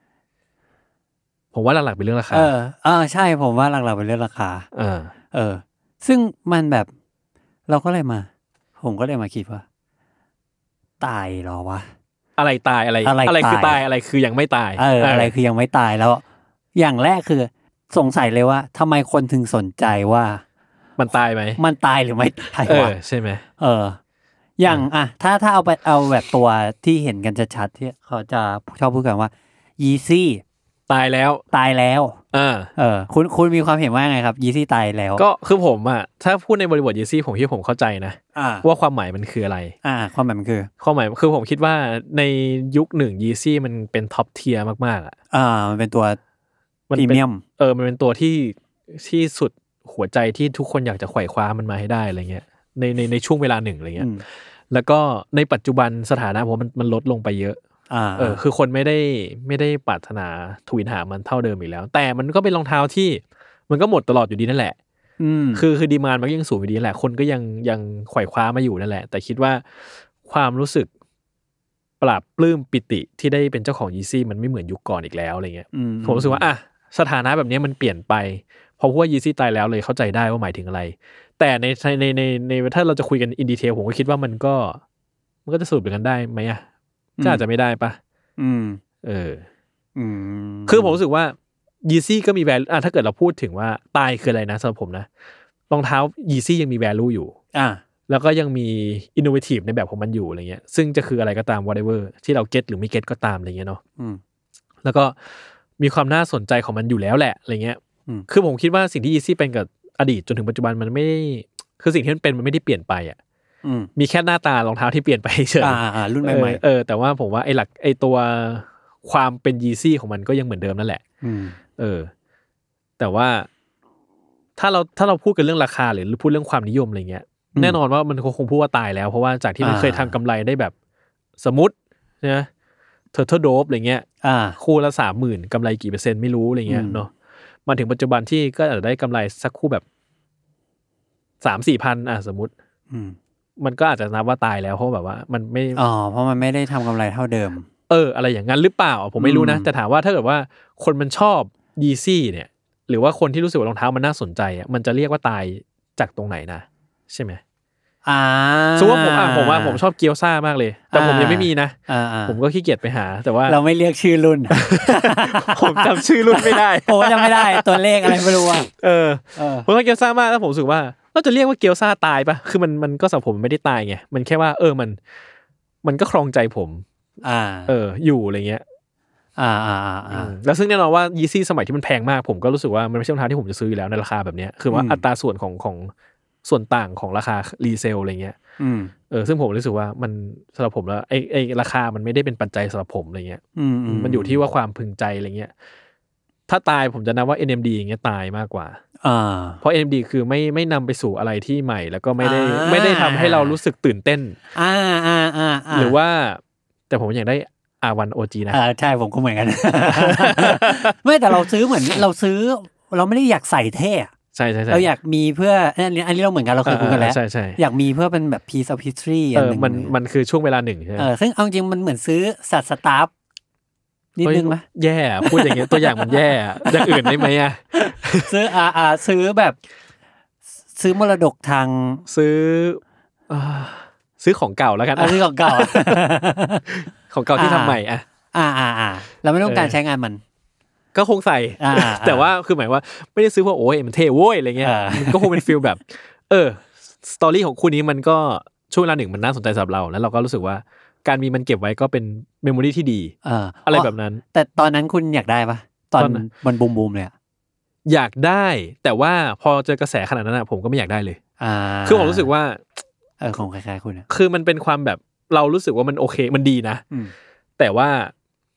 ผมว่าหลักๆเป็นเรื่องราคาเออเออใช่ผมว่าหลักๆเป็นเรื่องราคาเออเออซึ่งมันแบบเราก็เลยมาผมก็เลยมาคิดว่าตายหรอวะอะไรตายอะไรอะไรคือตายอะไรคือยังไม่ตายเอออะไรคือยังไม่ตายแล้วอย่างแรกคือสงสัยเลยว่าทำไมคนถึงสนใจว่ามันตายไหมมันตายหรือไม่ตายวะใช่ไหมเอออย่างอ่ะถ้าถ้าเอาไปเอาแบบตัวที่เห็นกันชัดๆที่เขาจะชอบพูดกันว่า Yeezy ตายแล้วตายแล้วเออเออคุณคุณมีความเห็นว่าไงครับ Yeezy ตายแล้วก็คือผมอ่ะถ้าพูดในบริบท Yeezy ผมคิดผมเข้าใจนะว่าความหมายมันคืออะไรอ่าความหมายมันคือความหมายคือผมคิดว่าในยุคหนึ่ง Yeezy มันเป็นท็อปเทียร์มากๆอ่ะอ่ามันเป็นตัวพรีเมียมเออมันเป็นตัวที่ที่สุดหัวใจที่ทุกคนอยากจะไขว่คว้ามันมาให้ได้อะไรเงี้ยในในในช่วงเวลาหนึ่งอะไรเงี้ยแล้วก็ในปัจจุบันสถานะผมมันมันลดลงไปเยอะเออคือคนไม่ได้ไม่ได้ปรารถนาทวินหามันเท่าเดิมอีกแล้วแต่มันก็เป็นรองเท้าที่มันก็หมดตลอดอยู่ดีนั่นแหละคือคือดีมานด์มันก็ยังสูงอยู่ดีแหละคนก็ยังยังไขว่คว้ามาอยู่นั่นแหละแต่คิดว่าความรู้สึกปราบปลื้มปิติที่ได้เป็นเจ้าของ Yeezy มันไม่เหมือนยุคก่อนอีกแล้วอะไรเงี้ยผมรู้สึกว่าอ่ะสถานะแบบนี้มันเปลี่ยนไปเพราะว่า Yeezy ตายแล้วเลยเข้าใจได้ว่าหมายถึงอะไรแต่ในในในในถ้าเราจะคุยกันอินดีเทลผมก็คิดว่ามันก็มันก็จะสรุปกันได้ไหมอ่ะก็อาจจะไม่ได้ปะอืมเอออืมคือผมรู้สึกว่า Yeezy ก็มี value อ่ะถ้าเกิดเราพูดถึงว่าตายคืออะไรนะสำหรับผมนะรองเท้า Yeezy ยังมี value อยู่อ่าแล้วก็ยังมี innovative ในแบบของมันอยู่อะไรเงี้ยซึ่งจะคืออะไรก็ตาม whatever ที่เรา get หรือไม่ get ก็ตามอะไรเงี้ยเนาะแล้วก็มีความน่าสนใจของมันอยู่แล้วแหละอะไรเงี้ยคือผมคิดว่าสิ่งที่ Yeezy เป็นกับอดีตจนถึงปัจจุบันมันไม่ได้คือสิ่งที่มันเป็นมันไม่ได้เปลี่ยนไปอ่ะมีแค่หน้าตารองเท้าที่เปลี่ยนไปเฉยอ่าๆรุ่นใหม่ๆเออแต่ว่าผมว่าไอ้หลักไอ้ตัวความเป็น Yeezy ของมันก็ยังเหมือนเดิมนั่นแหละเออแต่ว่าถ้าเราถ้าเราพูดกันเรื่องราคาหรือพูดเรื่องความนิยมอะไรเงี้ยแน่นอนว่ามันคงพูดว่าตายแล้วเพราะว่าจากที่มันเคยทำกำไรได้แบบสมมุตินะเทอร์เทอร์โดปอะไรเงี้ยคู่ละ สามหมื่น กำไรกี่เปอร์เซ็นต์ไม่รู้อะไรเงี้ยเนาะมาถึงปัจจุบันที่ก็อาจจะได้กำไรสักคู่แบบ สามสี่พัน อ่ะสมมุติมันก็อาจจะนับว่าตายแล้วเพราะแบบว่ามันไม่อ๋อเพราะมันไม่ได้ทำกำไรเท่าเดิมเอออะไรอย่างนั้นหรือเปล่าผมไม่รู้นะแต่ถามว่าถ้าเกิดว่าคนมันชอบ Yeezy เนี่ยหรือว่าคนที่รู้สึกว่ารองเท้ามันน่าสนใจอ่ะมันจะเรียกว่าตายจากตรงไหนนะใช่ไหมอ่าสมมติว่าผมอ่ะผมว่าผมชอบเกียวซ่ามากเลยแต่ผมยังไม่มีนะผมก็ขี้เกียจไปหาแต่ว่าเราไม่เรียกชื่อรุ่นผมจำชื่อรุ่นไม่ได้ผมจำไม่ได้ตัวเลขอะไรไม่รู้อ่ะเออผมชอบเกียวซ่ามากแล้วผมรู้สึกว่าเราจะเรียกว่าเกียวซ่าตายปะคือมันมันก็สำหรับผมไม่ได้ตายไงมันแค่ว่าเออมันมันก็ครองใจผมอ่าเอออยู่อะไรเงี้ยอ่าอ่าอ่าแล้วซึ่งแน่นอนว่า Yeezy สมัยที่มันแพงมากผมก็รู้สึกว่ามันไม่ใช่รองเท้าที่ผมจะซื้ออยู่แล้วในราคาแบบนี้คือว่าอัตราส่วนของของส่วนต่างของราคารีเซลอะไรเงี้ยเออซึ่งผมรู้สึกว่ามันสำหรับผมแล้วไอ้ไอ้ราคามันไม่ได้เป็นปัจจัยสำหรับผมอะไรเงี้ยมันอยู่ที่ว่าความพึงใจอะไรเงี้ยถ้าตายผมจะนับว่า เอ็น เอ็ม ดี อย่างเงี้ยตายมากกว่าเพราะ เอ็น เอ็ม ดี คือไม่ไม่นำไปสู่อะไรที่ใหม่แล้วก็ไม่ได้ไม่ได้ทำให้เรารู้สึกตื่นเต้นอ่าอ่าอ่าหรือว่าแต่ผมอยากได้ อาร์ วัน โอ จี นะอ่าใช่ผมก็เหมือนกัน ไม่แต่เราซื้อเหมือนเราซื้อเราไม่ได้อยากใส่เท่ใช่ๆๆเราอยากมีเพื่ออันนี้อันนี้เราเหมือนกันเราเคยคุยกันแล้วใช่ๆอยากมีเพื่อเป็นแบบ piece of history อันนึงมันมันคือช่วงเวลาหนึ่งใช่เออซึ่งเอาจริงมันเหมือนซื้อสัตว์สตาฟนิดนึงมั้ยแย่พูดอย่างเงี้ยตัวอย่างมันแย่อย่างอื่นได้มั้ยอ่ะซื้ออ่าๆซื้อแบบซื้อมรดกทางซื้ออ่าซื้อของเก่าแล้วกันซื้อของเก่าของเก่าที่ทำใหม่อ่ะอ่าๆๆเราไม่ต้องการใช้งานมันก็คงใส่แต่ว่าคือหมายว่าไม่ได้ซื้อเพราะโอ้ยมันเท่โว้ยอะไรเงี้ยมันก็คงเป็นฟีลแบบเออสตอรี่ของคู่นี้มันก็ช่วงเวลาหนึ่งมันน่าสนใจสำหรับเราแล้วเราก็รู้สึกว่าการมีมันเก็บไว้ก็เป็นเมมโมรีที่ดีอะไรแบบนั้นแต่ตอนนั้นคุณอยากได้ปะตอนมันบูมๆเลยอะอยากได้แต่ว่าพอเจอกระแสขนาดนั้นอะผมก็ไม่อยากได้เลยคือผมรู้สึกว่าเออของคล้ายๆคุณอะคือมันเป็นความแบบเรารู้สึกว่ามันโอเคมันดีนะแต่ว่า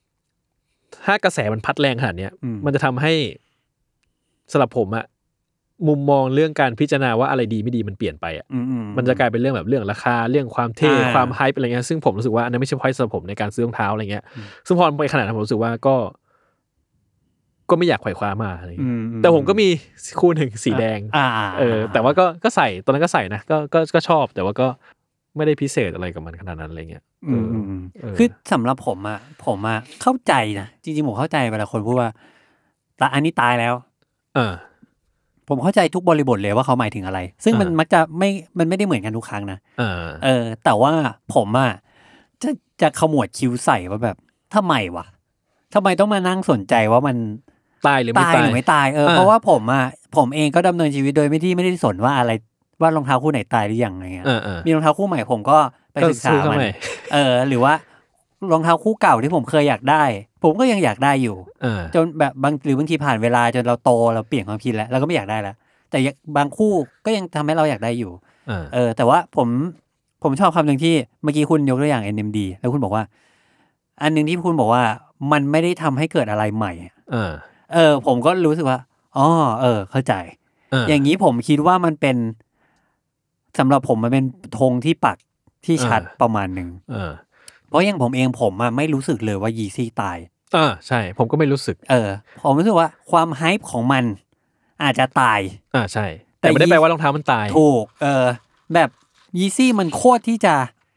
ถ้ากระแสมันพัดแรงขนาดเนี้ยมันจะทำให้สำหรับผมอะมุมมองเรื่องการพิจารณาว่าอะไรดีไม่ดีมันเปลี่ยนไปอ่ะมันจะกลายเป็นเรื่องแบบเรื่องราคาเรื่องความเท่ความไฮป์อะไรเงี้ยซึ่งผมรู้สึกว่าอันนั้นไม่ใช่พอยต์สำหรับผมในการซื้อรองเท้าอะไรเงี้ยซึ่งพอไปขนาดนั้นผมรู้สึกว่าก็ก็ไม่อยากไขว่คว้ามาอะไรเงี้ยแต่ผมก็มีคู่หนึ่งสีแดงเออแต่ว่าก็ก็ใส่ตอนนั้นก็ใส่นะก็ก็ก็ชอบแต่ว่าก็ไม่ได้พิเศษอะไรกับมันขนาดนั้นอะไรเงี้ยคือสำหรับผมอ่ะผมอ่ะเข้าใจนะจริงๆผมเข้าใจเวลาคนพูดว่าแต่อันนี้ตายแล้วเออผมเข้าใจทุกบริบทเลยว่าเขาหมายถึงอะไรซึ่งมันมักจะไม่มันไม่ได้เหมือนกันทุกครั้งนะเออเออแต่ว่าผมอ่ะจะจะขมวดคิ้วใส่ว่าแบบทำไมวะทำไมต้องมานั่งสนใจว่ามันตายหรือไม่ตายหรือไม่ตายเออเพราะว่าผมอ่ะผมเองก็ดำเนินชีวิตโดยไม่ที่ไม่ได้สนว่าอะไรว่ารองเท้าคู่ไหนตายหรือยังอะไรเงี้ยมีรองเท้าคู่ใหม่ผมก็ไปศึกษามันเออหรือว่ารองเท้าคู่เก่าที่ผมเคยอยากได้ผมก็ยังอยากได้อยู่จนแบบบางหรือบางทีผ่านเวลาจนเราโตเราเปลี่ยนความคิดแล้วเราก็ไม่อยากได้แล้วแต่บางคู่ก็ยังทำให้เราอยากได้อยู่เออแต่ว่าผมผมชอบคำหนึ่งที่เมื่อกี้คุณยกตัวอย่าง เอ็น เอ็ม ดี แล้วคุณบอกว่าอันนึงที่คุณบอกว่ามันไม่ได้ทำให้เกิดอะไรใหม่เออเออผมก็รู้สึกว่าอ๋อเออเข้าใจอย่างนี้ผมคิดว่ามันเป็นสำหรับผมมันเป็นธงที่ปักที่ชัดประมาณหนึ่งเพราะอย่างผมเองผมอ่ะไม่รู้สึกเลยว่ายีซี่ตายอ่าใช่ผมก็ไม่รู้สึกเออผมรู้สึกว่าความไฮป์ของมันอาจจะตายอ่าใช่แต่ไม่ได้แปลว่ารองเท้ามันตายถูกเออแบบยีซี่มันโคตรที่จะ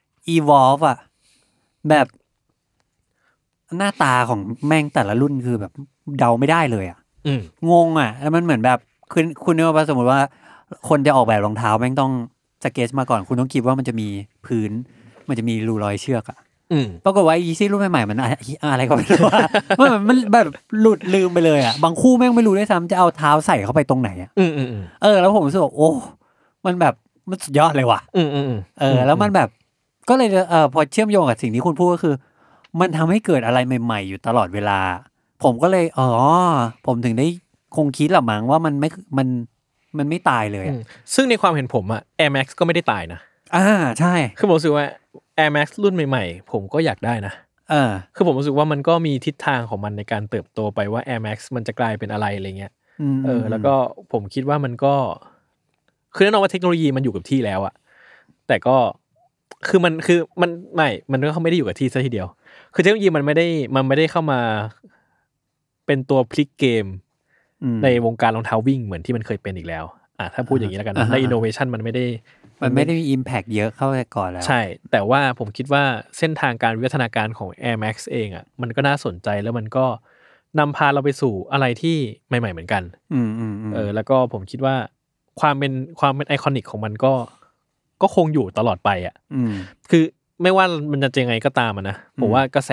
evolve อ่ะแบบหน้าตาของแม่งแต่ละรุ่นคือแบบเดาไม่ได้เลยอ่ะงงอ่ะแล้วมันเหมือนแบบคุณคุณนึกว่าสมมติว่าคนจะออกแบบรองเท้าแม่งต้องสเก็ตมาก่อนคุณต้องคิดว่ามันจะมีพื้นมันจะมีรูรอยเชือกอ่ะปรากฏว่ายีซี่รุ่นใหม่ๆมันอะไรก็ไม่รู้ว่ามันมันแบบหลุดลืมไปเลยอ่ะบางคู่แม่งไม่รู้ด้วยซ้ำจะเอาเท้าใส่เข้าไปตรงไหนอ่ะเออแล้วผมรู้สึกว่าโอ้มันแบบมันสุดยอดเลยว่ะเออแล้วมันแบบก็เลยเออพอเชื่อมโยงกับสิ่งที่คุณพูดก็คือมันทำให้เกิดอะไรใหม่ๆอยู่ตลอดเวลาผมก็เลยอ๋อผมถึงได้คงคิดหละมั้งว่ามันไม่มันมันไม่ตายเลยซึ่งในความเห็นผมอะ Air Max ก็ไม่ได้ตายนะอ่าใช่คือผมรู้สึกว่า Air Max รุ่นใหม่ๆผมก็อยากได้นะเออคือผมรู้สึกว่ามันก็มีทิศทางของมันในการเติบโตไปว่า Air Max มันจะกลายเป็นอะไรอะไรเงี้ยเออแล้วก็ผมคิดว่ามันก็คือแน่นอนว่าเทคโนโลยีมันอยู่กับที่แล้วอะแต่ก็คือมันคือมันไม่มันก็ไม่ได้อยู่กับที่ซะทีเดียวคือเทคโนโลยีมันไม่ได้มันไม่ได้เข้ามาเป็นตัวพลิกเกมในวงการรองเท้าวิ่งเหมือนที่มันเคยเป็นอีกแล้วอ่ะถ้าพูดอย่างนี้แล้วกันในอินโนเวชันมันไม่ได้มันไม่ได้มี impact เยอะเข้าไปก่อนแล้วใช่แต่ว่าผมคิดว่าเส้นทางการวิวัฒนาการของ Air Max เองอ่ะมันก็น่าสนใจแล้วมันก็นำพาเราไปสู่อะไรที่ใหม่ๆเหมือนกันเออแล้วก็ผมคิดว่าความเป็นความเป็นไอคอนิกของมันก็ก็คงอยู่ตลอดไปอ่ะคือไม่ว่ามันจะยังไงก็ตามนะผมว่ากระแส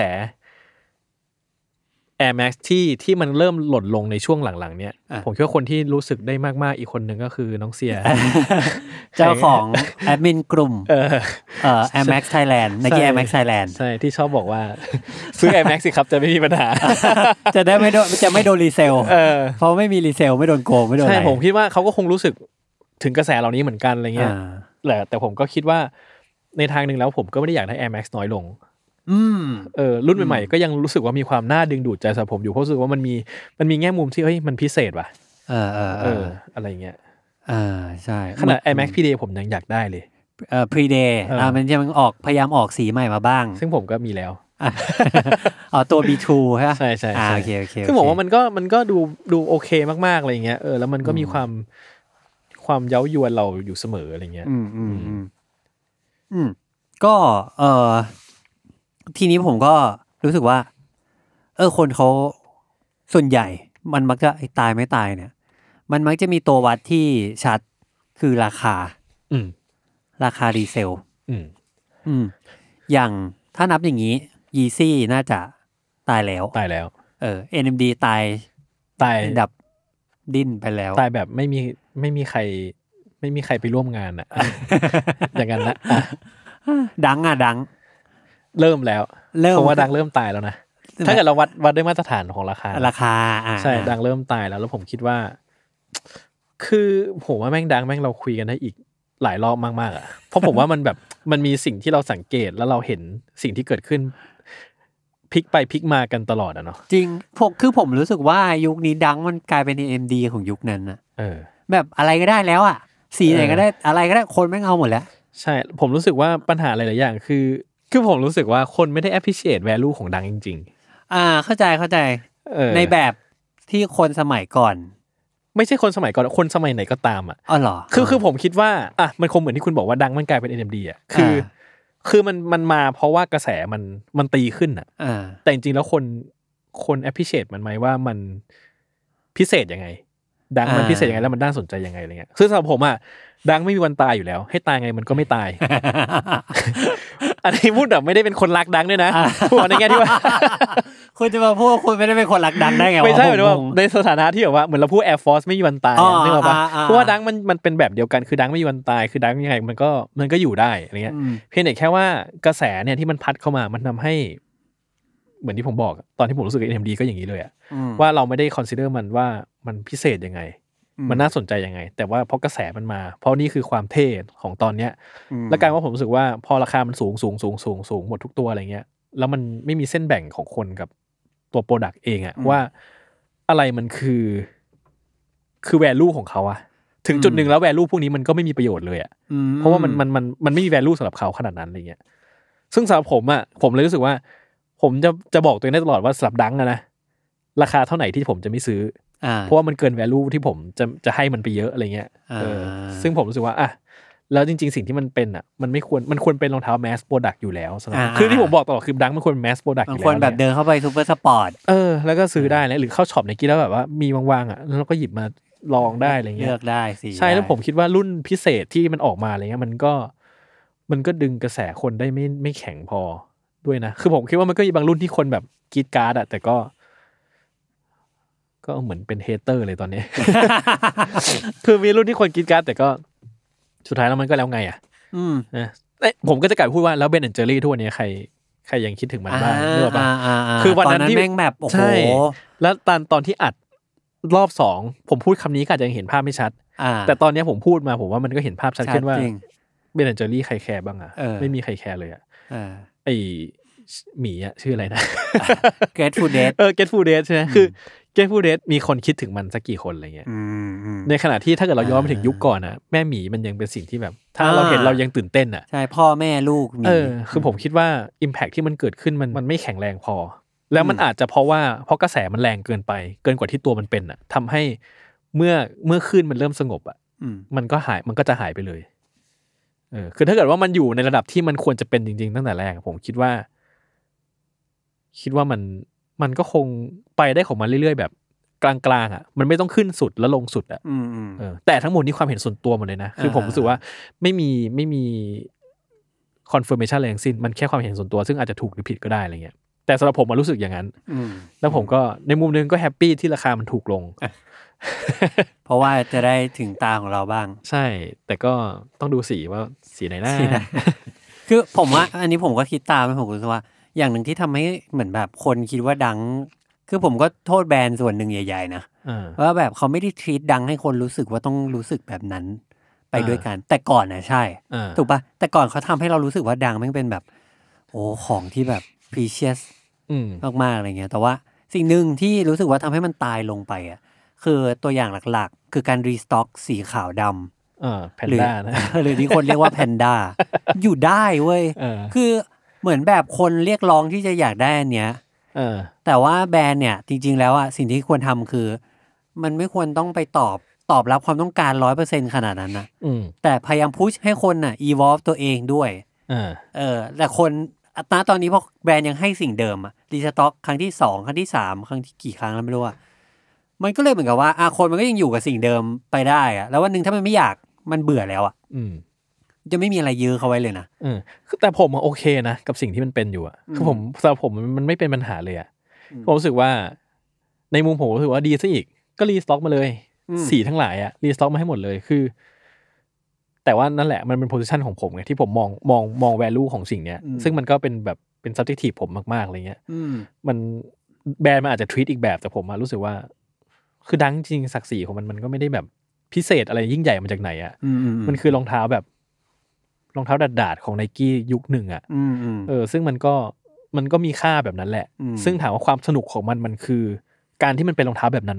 Air Max ที่ที่มันเริ่มหล่นลงในช่วงหลังๆเนี่ยผมคิดว่าคนที่รู้สึกได้มากๆอีกคนนึงก็คือน้องเซียเจ้าของแอดมินกลุ่มเอ่อ Air Max Thailand Nike Air Max Thailand ใช่ที่ชอบบอกว่าซื้อ Air Max สิครับจะไม่มีปัญหาจะได้ไม่โดนจะไม่โดนรีเซลเพราะไม่มีรีเซลไม่โดนโกงไม่โดนอะไรใช่ผมคิดว่าเขาก็คงรู้สึกถึงกระแสเหล่านี้เหมือนกันอะไรเงี้ยแหละแต่ผมก็คิดว่าในทางนึงแล้วผมก็ไม่ได้อยากได้ Air Max น้อยลงอืมเออรุ่นใหม่ๆก็ยังรู้สึกว่ามีความน่าดึงดูดใจสำหรับผมอยู่เพราะรู้สึกว่ามันมีมันมีแง่มุมที่เฮ้ยมันพิเศษว่ะเออเออเอออะไรเงี้ยอ่าใช่ขนาด Air Max Pre-Day ผมยังอยากได้เลยเอ่อ Pre-Day อ่ามันจะมันออกพยายามออกสีใหม่มาบ้างซึ่งผมก็มีแล้วอ๋อตัว บี ทู ใช่ป่ะใช่ๆอ่าโอเคโอเคซึ่งผมว่ามันก็มันก็ดูดูโอเคมากๆอะไรเงี้ยเออแล้วมันก็มีความความเย้ายวนเราอยู่เสมออะไรเงี้ยอืมอืมอืมอืมก็เออทีนี้ผมก็รู้สึกว่าเออคนเขาส่วนใหญ่มันมักจะตายไม่ตายเนี่ยมันมักจะมีตัววัดที่ชัดคือราคาอืมราคารีเซลอืมอืมอย่างถ้านับอย่างนี้ Yeezy น่าจะตายแล้วตายแล้วเออ เอ็น เอ็ม ดี ตายตายดับดิ้นไปแล้วตายแบบไม่มีไม่มีใครไม่มีใครไปร่วมงานอ่ะ อย่างนั้นนะดังอ่ะดังเริ่มแล้วผมว่าดังเริ่มตายแล้วนะถ้าเกิดเราวัดวัดด้วยมาตรฐานของราคาราคาใช่ดังเริ่มตายแล้วแล้วผมคิดว่าคือผมว่าแม่งดังแม่งเราคุยกันได้อีกหลายรอบมากๆอ่ะเพราะผมว่ามันแบบมันมีสิ่งที่เราสังเกตแล้วเราเห็นสิ่งที่เกิดขึ้นพลิกไปพลิกมากันตลอดอ่ะเนาะจริงผมคือผมรู้สึกว่ายุคนี้ดังมันกลายเป็น เอ็ม ดี ของยุคนั้นน่ะเออแบบอะไรก็ได้แล้วอ่ะสีไหนก็ได้อะไรก็ได้คนแม่งเอาหมดแล้วใช่ผมรู้สึกว่าปัญหาหลายๆอย่างคือคือผมรู้สึกว่าคนไม่ได้ appreciate value ของดังจริงๆอ่าเข้าใจเข้าใจในแบบที่คนสมัยก่อนไม่ใช่คนสมัยก่อนคนสมัยไหนก็ตามอ่ะอ๋อเหรอคือคือผมคิดว่าอ่ะมันคงเหมือนที่คุณบอกว่าดังมันกลายเป็น เอ็น เอ็ม ดี อ่ะคือคือมันมันมาเพราะว่ากระแสมันมันตีขึ้นอ่ะแต่จริงๆแล้วคนคน appreciate มันไหมว่ามันพิเศษยังไงดังมันพิเศษยังไงแล้วมันน่าสนใจยังไงอะไรเงี้ยซึ่งสำหรับผมอ่ะดังไม่มีวันตายอยู่แล้วให้ตายไงมันก็ไม่ตาย อันนี้พูดแบบไม่ได้เป็นคนรักดังด้วยนะพูดในแง่ที่ว่าคุณจะมาพูดคุณไม่ได้เป็นคนรักดังได้ไงไม่ใช่หมายถึงว่าในสถานะที่แบบว่าเหมือนเราพูด Air Force ไม่มีวันตายนึกออกป่ะเพราะว่าดังมันมันเป็นแบบเดียวกันคือดังไม่มีวันตายคือดังยังไงมันก็มันก็อยู่ได้อะไรเงี้ยเพียงแต่แค่ว่ากระแสเนี่ยที่มันพัดเข้ามามันทำให้เหมือนที่ผมบอกตอนที่ผมรู้สึก เอ็น เอ็ม ดี ก็อย่างนี้เลยอะว่าเราไม่ได้ consider มันว่ามันพิเศษยังไงมันน่าสนใจยังไงแต่ว่าเพราะกระแสมันมาเพราะนี่คือความเท่ของตอนเนี้ยและการว่าผมรู้สึกว่าพอราคามันสูงสูงสูงสูงสูงหมดทุกตัวอะไรเงี้ยแล้วมันไม่มีเส้นแบ่งของคนกับตัวโปรดักต์เองอะว่าอะไรมันคือคือ value ของเขาอะถึงจุดหนึ่งแล้ว value พวกนี้มันก็ไม่มีประโยชน์เลยอะเพราะว่ามันมันมันมันไม่มี value สำหรับเขาขนาดนั้นอะไรเงี้ยซึ่งสำหรับผมอะผมเลยรู้สึกว่าผมจะจะบอกตัวเองได้ตลอดว่าสำหรับดังอะนะราคาเท่าไหร่ที่ผมจะไม่ซื้อเพราะว่ามันเกิน value ที่ผมจะจะให้มันไปเยอะอะไรเงี้ยเออซึ่งผมรู้สึกว่าอ่ะแล้วจริงๆสิ่งที่มันเป็นอ่ะมันไม่ควรมันควรเป็นรองเท้า mass product อยู่แล้วสำหรับคือที่ผมบอกตลอดคือดังมันควร mass product อยู่แล้วมันควรแบบเดินเข้าไปซูเปอร์สปอร์ตเออแล้วก็ซื้อได้นะหรือเข้าช็อปในกี้แล้วแบบว่ามีวางๆอ่ะแล้วก็หยิบมาลองได้อะไรเงี้ยเลือกได้สิใช่แล้วผมคิดว่ารุ่นพิเศษที่มันออกมาอะไรเงี้ยมันก็มันก็ดึงกระแสคนได้ไม่ไม่แข็งพอด้วยนะคือผมคิดว่ามันก็มีบางรุ่นที่คนแบบกรี๊ดกราร์ดอ่ะแต่ก็ก็เหมือนเป็นเฮเตอร์เลยตอนนี้ คือมีรุ่นที่คนกรี๊ดกราร์ดแต่ก็สุดท้ายแล้วมันก็แล้วไงอ่ะอืมนะผมก็จะกลับพูดว่าแล้วเบนแอนด์เจอรี่ทุกวันนี้ใครใครยังคิดถึงมันบ้างนึกออกป่ะคือวันนั้นที่แม่งแบบโอ้โหแล้วตอนตอนที่อัดรอบสองผมพูดคำนี้ก็อาจจะยังเห็นภาพไม่ชัดแต่ตอนนี้ผมพูดมาผมว่ามันก็เห็นภาพชัดขึ้นว่าเบนแอนด์เจอรี่ใครแคร์บ้างอ่ะไม่มีใครแคร์เลยอ่ะไอหมีอ่ะชื่ออะไรนะ Get Food Dead เออ Get Food Dead ใช่ไหมคือ Get Food Dead มีคนคิดถึงมันสักกี่คนอะไรเงี้ยในขณะที่ถ้าเกิดเราย้อนไปถึงยุคก่อนอ่ะแม่หมีมันยังเป็นสิ่งที่แบบถ้าเราเห็นเรายังตื่นเต้นอ่ะใช่พ่อแม่ลูกเออคือผมคิดว่า impact ที่มันเกิดขึ้นมันมันไม่แข็งแรงพอแล้วมันอาจจะเพราะว่าเพราะกระแสมันแรงเกินไปเกินกว่าที่ตัวมันเป็นอ่ะทำให้เมื่อเมื่อคลื่นมันเริ่มสงบอ่ะมันก็หายมันก็จะหายไปเลยเออคือถ้าเกิดว่ามันอยู่ในระดับที่มันควรจะเป็นจริงๆตั้งแต่แรกผมคิดว่าคิดว่ามันมันก็คงไปได้ของมันเรื่อยๆแบบกลางๆอ่ะมันไม่ต้องขึ้นสุดแล้วลงสุดอ่ะเออแต่ทั้งหมดนี่ความเห็นส่วนตัวหมดเลยนะคือผมรู้สึกว่าไม่มีไม่มี confirmation อะไรทั้งสิ้นมันแค่ความเห็นส่วนตัวซึ่งอาจจะถูกหรือผิดก็ได้อะไรเงี้ยแต่สำหรับผมมันรู้สึกอย่างนั้นแล้วผมก็ในมุมนึงก็แฮปปี้ที่ราคามันถูกลงเพราะว่าจะได้ถึงตาของเราบ้างใช่แต่ก็ต้องดูสีว่าสีไหนน่าคือผมว่าอันนี้ผมก็คิดตามผมรู้สึกว่าอย่างหนึ่งที่ทำให้เหมือนแบบคนคิดว่าดังคือผมก็โทษแบรนด์ส่วนหนึ่งใหญ่ๆนะว่าแบบเขาไม่ได้ทรีตดังให้คนรู้สึกว่าต้องรู้สึกแบบนั้นไปด้วยกันแต่ก่อนนะใช่ถูกป่ะแต่ก่อนเขาทำให้เรารู้สึกว่าดังมันเป็นแบบโอ้ของที่แบบ precious มากๆอะไรเงี้ยแต่ว่าสิ่งหนึ่งที่รู้สึกว่าทำให้มันตายลงไปอ่ะคือตัวอย่างหลักๆคือการรีสต็อกสีขาวดำเออแพนด้านะหรือที่คนเรียกว่าแพนด้าอยู่ได้เว้ยคือเหมือนแบบคนเรียกร้องที่จะอยากได้อันเนี้ยแต่ว่าแบรนด์เนี่ยจริงๆแล้วอ่ะสิ่งที่ควรทำคือมันไม่ควรต้องไปตอบตอบรับความต้องการ ร้อยเปอร์เซ็นต์ ขนาดนั้นนะแต่พยายามพุชให้คนน่ะ evolve ตัวเองด้วยเออแต่คนณตอนนี้พอแบรนด์ยังให้สิ่งเดิมอ่ะรีสต็อกครั้งที่สองครั้งที่สามครั้งที่กี่ครั้งแล้วไม่รู้อ่ะมันก็เลยเหมือนกับว่าอ่ะคนมันก็ยังอยู่กับสิ่งเดิมไปได้อ่ะแล้ววันนึงถ้ามันไม่อยากมันเบื่อแล้วอ่ะจะไม่มีอะไรยื้อเขาไว้เลยนะอืมแต่ผมโอเคนะกับสิ่งที่มันเป็นอยู่อ่ะคือผมสำหรับผมมันไม่เป็นปัญหาเลยอ่ะผมรู้สึกว่าในมุมผมรู้สึกว่าดีซะอีกก็รีสต็อกมาเลยสีทั้งหลายอ่ะรีสต็อกมาให้หมดเลยคือแต่ว่านั่นแหละมันเป็นโพสิชันของผมไงที่ผมมองมองมอง value ของสิ่งเนี้ยซึ่งมันก็เป็นแบบเป็น subjective ผมมากๆอะไรเงี้ยมันแบรนด์มันอาจจะ treat อีกแบบแต่ผมรู้สึกว่าคือดังจริงศักดิ์ศรีของมันมันก็ไม่ได้แบบพิเศษอะไรยิ่งใหญ่มาจากไหนอ่ะมันคือรองเท้าแบบรองเท้าดาดๆของ Nike ยุคหนึ่งอ่ะเออซึ่งมันก็มันก็มีค่าแบบนั้นแหละซึ่งถามว่าความสนุกของมันมันคือการที่มันเป็นรองเท้าแบบนั้นนั่นแหละ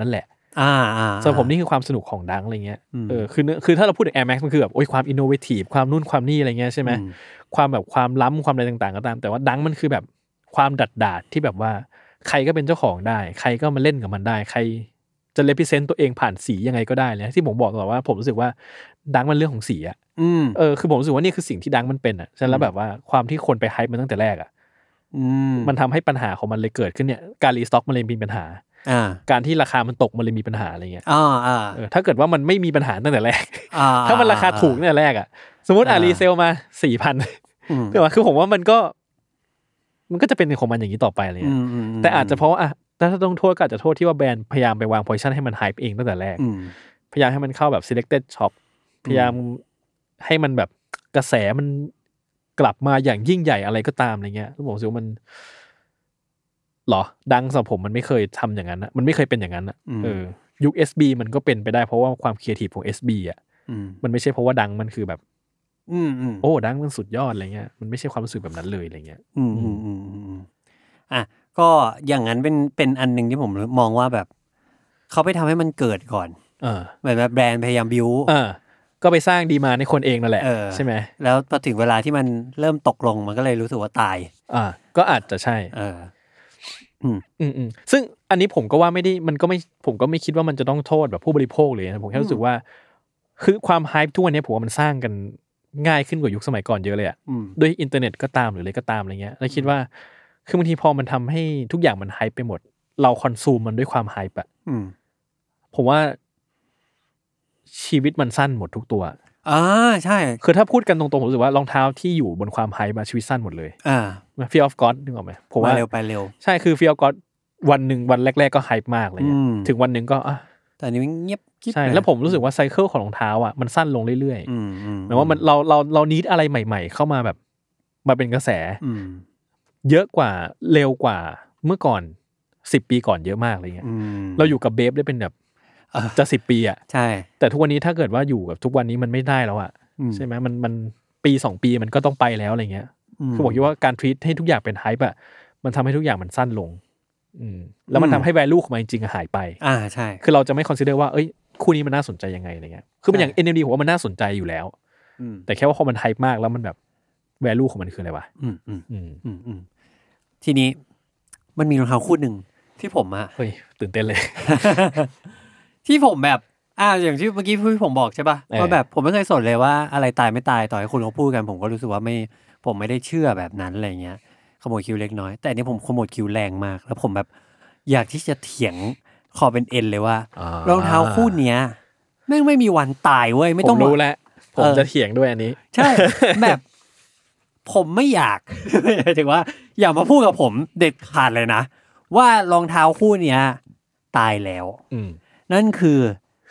อ่าอ่าสำหรับผมนี่คือความสนุกของดังอะไรเงี้ยเออคือคือถ้าเราพูดถึง Air Max มันคือแบบโอ้ยความอินโนเวทีฟความนู่นความนี่อะไรเงี้ยใช่ไหมความแบบความล้ำความอะไรต่างๆก็ตามแต่ว่าดังมันคือแบบความดัดดาดที่แบบว่าใครก็เป็นเจ้าของได้ใครก็มาเล่นกับมันได้ใครจะเลพิเซนต์ตัวเองผ่านสียังไงก็ได้เลยที่ผมบอกตลอดว่าผมรู้สึกว่าดังมันเรื่องของสีอ่ะเออคือผมรู้สึกว่านี่คือสิ่งที่ดังมันเป็นอ่ะฉะนั้นแล้วแบบว่าความที่คนไปไฮป์มันตั้งแต่แรกอ่ะมันทำให้ปัญหาของมันเลยเกิดขึ้นเนี่ยการรีสต็อกมันเลยมีปัญหาการที่ราคามันตกมันเลยมีปัญหาอะไรเงี้ยถ้าเกิดว่ามันไม่มีปัญหาตั้งแต่แรกถ้ามันราคาถูกตั้งแต่แรกอ่ะสมมติอ่ะรีเซลมา สี่พัน คือว่าคือผมว่ามันก็มันก็จะเป็นของมันอย่างนี้ต่อไปอะไรเงี้ยแต่อาจจะเพราะอ่ะถ้าต้องโทษก็อาจจะโทษที่ว่าแบรนด์พยายามไปวางโพซิชั่นให้มันไฮป์เองตั้งแต่แรกพยายามให้มันเข้าแบบ selected shop พยายามให้มันแบบกระแสมันกลับมาอย่างยิ่งใหญ่อะไรก็ตามอะไรเงี้ยผมรู้สึกว่ามันหรอดังสำหรับผมมันไม่เคยทำอย่างนั้นนะมันไม่เคยเป็นอย่างนั้นนะเออยุค เอส บี มันก็เป็นไปได้เพราะว่าความครีเอทีฟของ เอส บี อ่ะมันไม่ใช่เพราะว่าดังมันคือแบบอืมโอ้ดังมันสุดยอดอะไรเงี้ยมันไม่ใช่ความรู้สึกแบบนั้นเลยอะไรเงี้ยอืมอืมอืมอ่ะก็อย่างนั้นเป็นเป็นอันนึงที่ผมมองว่าแบบเขาไปทำให้มันเกิดก่อนเออเหมือนแบบแบรนด์พยายามบิวเออก็ไปสร้างดีมานด์ในคนเองนั่นแหละใช่ไหมแล้วพอถึงเวลาที่มันเริ่มตกลงมันก็เลยรู้สึกว่าตายอ่าก็อาจจะใช่เอออืมอืมอืมซึ่งอันนี้ผมก็ว่าไม่ได้มันก็ไม่ผมก็ไม่คิดว่ามันจะต้องโทษแบบผู้บริโภคเลยนะผมแค่รู้สึกว่าคือความไฮป์ทุกวันนี้ผมว่ามันสร้างกันง่ายขึ้นกว่ายุคสมัยก่อนเยอะเลยอ่ะด้วยอินเทอร์เน็ตก็ตามหรืออะไรก็ตามอะไรเงี้ยแล้วคิดว่าคือบางทีพอมันทำให้ทุกอย่างมันไฮป์ไปหมดเราคอนซูมมันด้วยความไฮป์อ่ะผมว่าชีวิตมันสั้นหมดทุกตัวอ่าใช่คือถ้าพูดกันตรงๆผมรู้สึกว่ารองเท้าที่อยู่บนความไฮป์มาชีวิตสั้นหมดเลยอ่า Fear of God นึกออกไหมผมว่าเร็วไปเร็วใช่คือ Fear of God วันหนึ่งวันแรกๆก็ไฮป์มากเลยเนี่ยถึงวันหนึ่งก็อ่ะแต่นี้มันเงียบใช่แล้วผมรู้สึกว่าไซเคิลของรองเท้าอ่ะมันสั้นลงเรื่อยๆหมายว่ามันเราเราเรานิดอะไรใหม่ๆเข้ามาแบบมาเป็นกระแสเยอะกว่าเร็วกว่าเมื่อก่อนสิบปีก่อนเยอะมากอะไรเงี้ยเราอยู่กับเบฟได้เป็นแบบจะสิบปีอ่ะใช่แต่ทุกวันนี้ถ้าเกิดว่าอยู่กับทุกวันนี้มันไม่ได้แล้วอ่ะใช่ไหมมันมันปีสองปีมันก็ต้องไปแล้วอะไรเงี้ยคือบอกอยู่ว่าการทรีตให้ทุกอย่างเป็นไฮป์อ่ะมันทำให้ทุกอย่างมันสั้นลงแล้วมันทำให้ value ของมันจริงๆหายไปอ่าใช่คือเราจะไม่ consider ว่าเอ้ยคู่นี้มันน่าสนใจยังไงอะไรเงี้ยคือมันอย่าง เอ็น เอ็ม ดี ผมว่ามันน่าสนใจอยู่แล้วแต่แค่ว่าพอมันไฮป์มากแล้วมันแบบ value ของมันคืออะไรวะอืมอืมอืมอืมอืมทีนี้มันมีรองเท้าคู่หนึ่งที่ผมอะเฮ้ยตื่นเต้นเลยที่ผมแบบอ่าอย่างที่เมื่อกี้พี่ผมบอกใช่ป่ะว่าแบบผมไม่เคยสนเลยว่าอะไรตายไม่ตายต่อให้คุณเขาพูดกันผมก็รู้สึกว่าไม่ผมไม่ได้เชื่อแบบนั้นอะไรเงี้ยขโมยคิวเล็กน้อยแต่อันนี้ผมขโมยคิวแรงมากแล้วผมแบบอยากที่จะเถียงคอเป็นเอ็นเลยว่ารองเท้าคู่เนี้ยแม่งไม่มีวันตายเว้ยไม่ต้องรู้แล้วผมจะเถียงด้วยอันนี้ใช่แบบผมไม่อยากถึงว่าอย่ามาพูดกับผมเด็ดขาดเลยนะว่ารองเท้าคู่เนี้ยตายแล้วนั่นคือ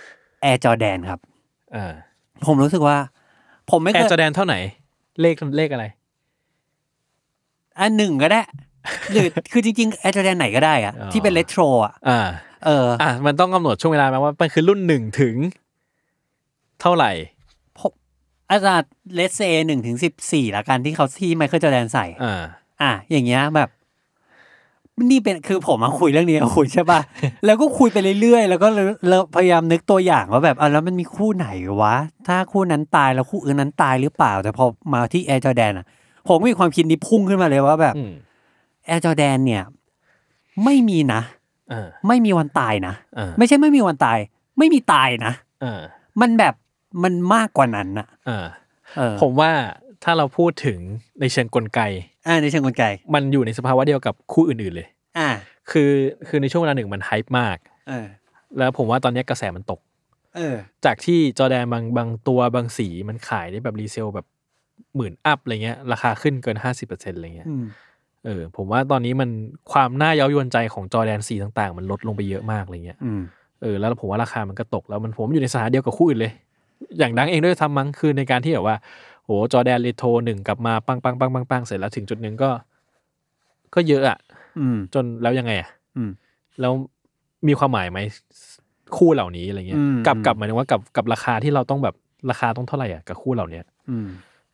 Air Jordan ครับอ่าผมรู้สึกว่าผมไม่เคย Air Jordan เท่าไหร่เลขเลขอะไรอันหนึ่งก็ได้หรือคือจริงๆ Air Jordan ไหนก็ได้อะที่เป็นเรโทรอ่ะอ่าเอออ่ะมันต้องกำหนดช่วงเวลาไหมว่ามันคือรุ่นหนึ่งถึงเท่าไหร่อาจารย์เลสเซหนึ่งถึงสิบสี่ละกันที่เขาที่ไมเคิลจอร์แดนใส่อ่าอ่ะอย่างเงี้ยแบบนี่เป็นคือผมมาคุยเรื่องนี้คุยใช่ป่ะแล้วก็คุยไปเรื่อยๆแล้วก็พยายามนึกตัวอย่างว่าแบบอ่ะแล้วมันมีคู่ไหนวะถ้าคู่นั้นตายแล้วคู่อื่นนั้นตายหรือเปล่าแต่พอมาที่ Air Jordan อ่ะผมมีความคิดนี้พุ่งขึ้นมาเลยว่าแบบ Air Jordan เนี่ยไม่มีนะไม่มีวันตายนะไม่ใช่ไม่มีวันตายไม่มีตายนะมันแบบมันมากกว่านั้นน่ะผมว่าถ้าเราพูดถึงในเชิงกลไกอ่าในเชิงกลไกมันอยู่ในสภาวะเดียวกับคู่อื่นๆเลยอ่าคือคือในช่วงเวลาหนึ่งมันไฮป์มากเออแล้วผมว่าตอนนี้กระแสมันตกเออจากที่จอร์แดนบางบางตัวบางสีมันขายได้แบบรีเซลแบบหมื่นอัพอะไรเงี้ยราคาขึ้นเกิน ห้าสิบเปอร์เซ็นต์ อะไรเงี้ยเออผมว่าตอนนี้มันความน่าเย้ายวนใจของจอร์แดนสีต่างๆมันลดลงไปเยอะมากอะไรเงี้ยเออแล้วผมว่าราคามันก็ตกแล้วมันผมอยู่ในสถานะเดียวกับคู่อื่นเลยอย่างดังเองด้วยทำมั้งคือในการที่แบบว่าโหจอร์แดนเรโทรหนึ่งกลับมาปังปังปังปังปังเสร็จแล้วถึงจุดหนึ่งก็ก็เยอะอ่ะจนแล้วยังไงอ่ะแล้วมีความหมายไหมคู่เหล่านี้อะไรเงี้ยกับกับหมายถึงว่ากับกับราคาที่เราต้องแบบราคาต้องเท่าไหร่อ่ะกับคู่เหล่านี้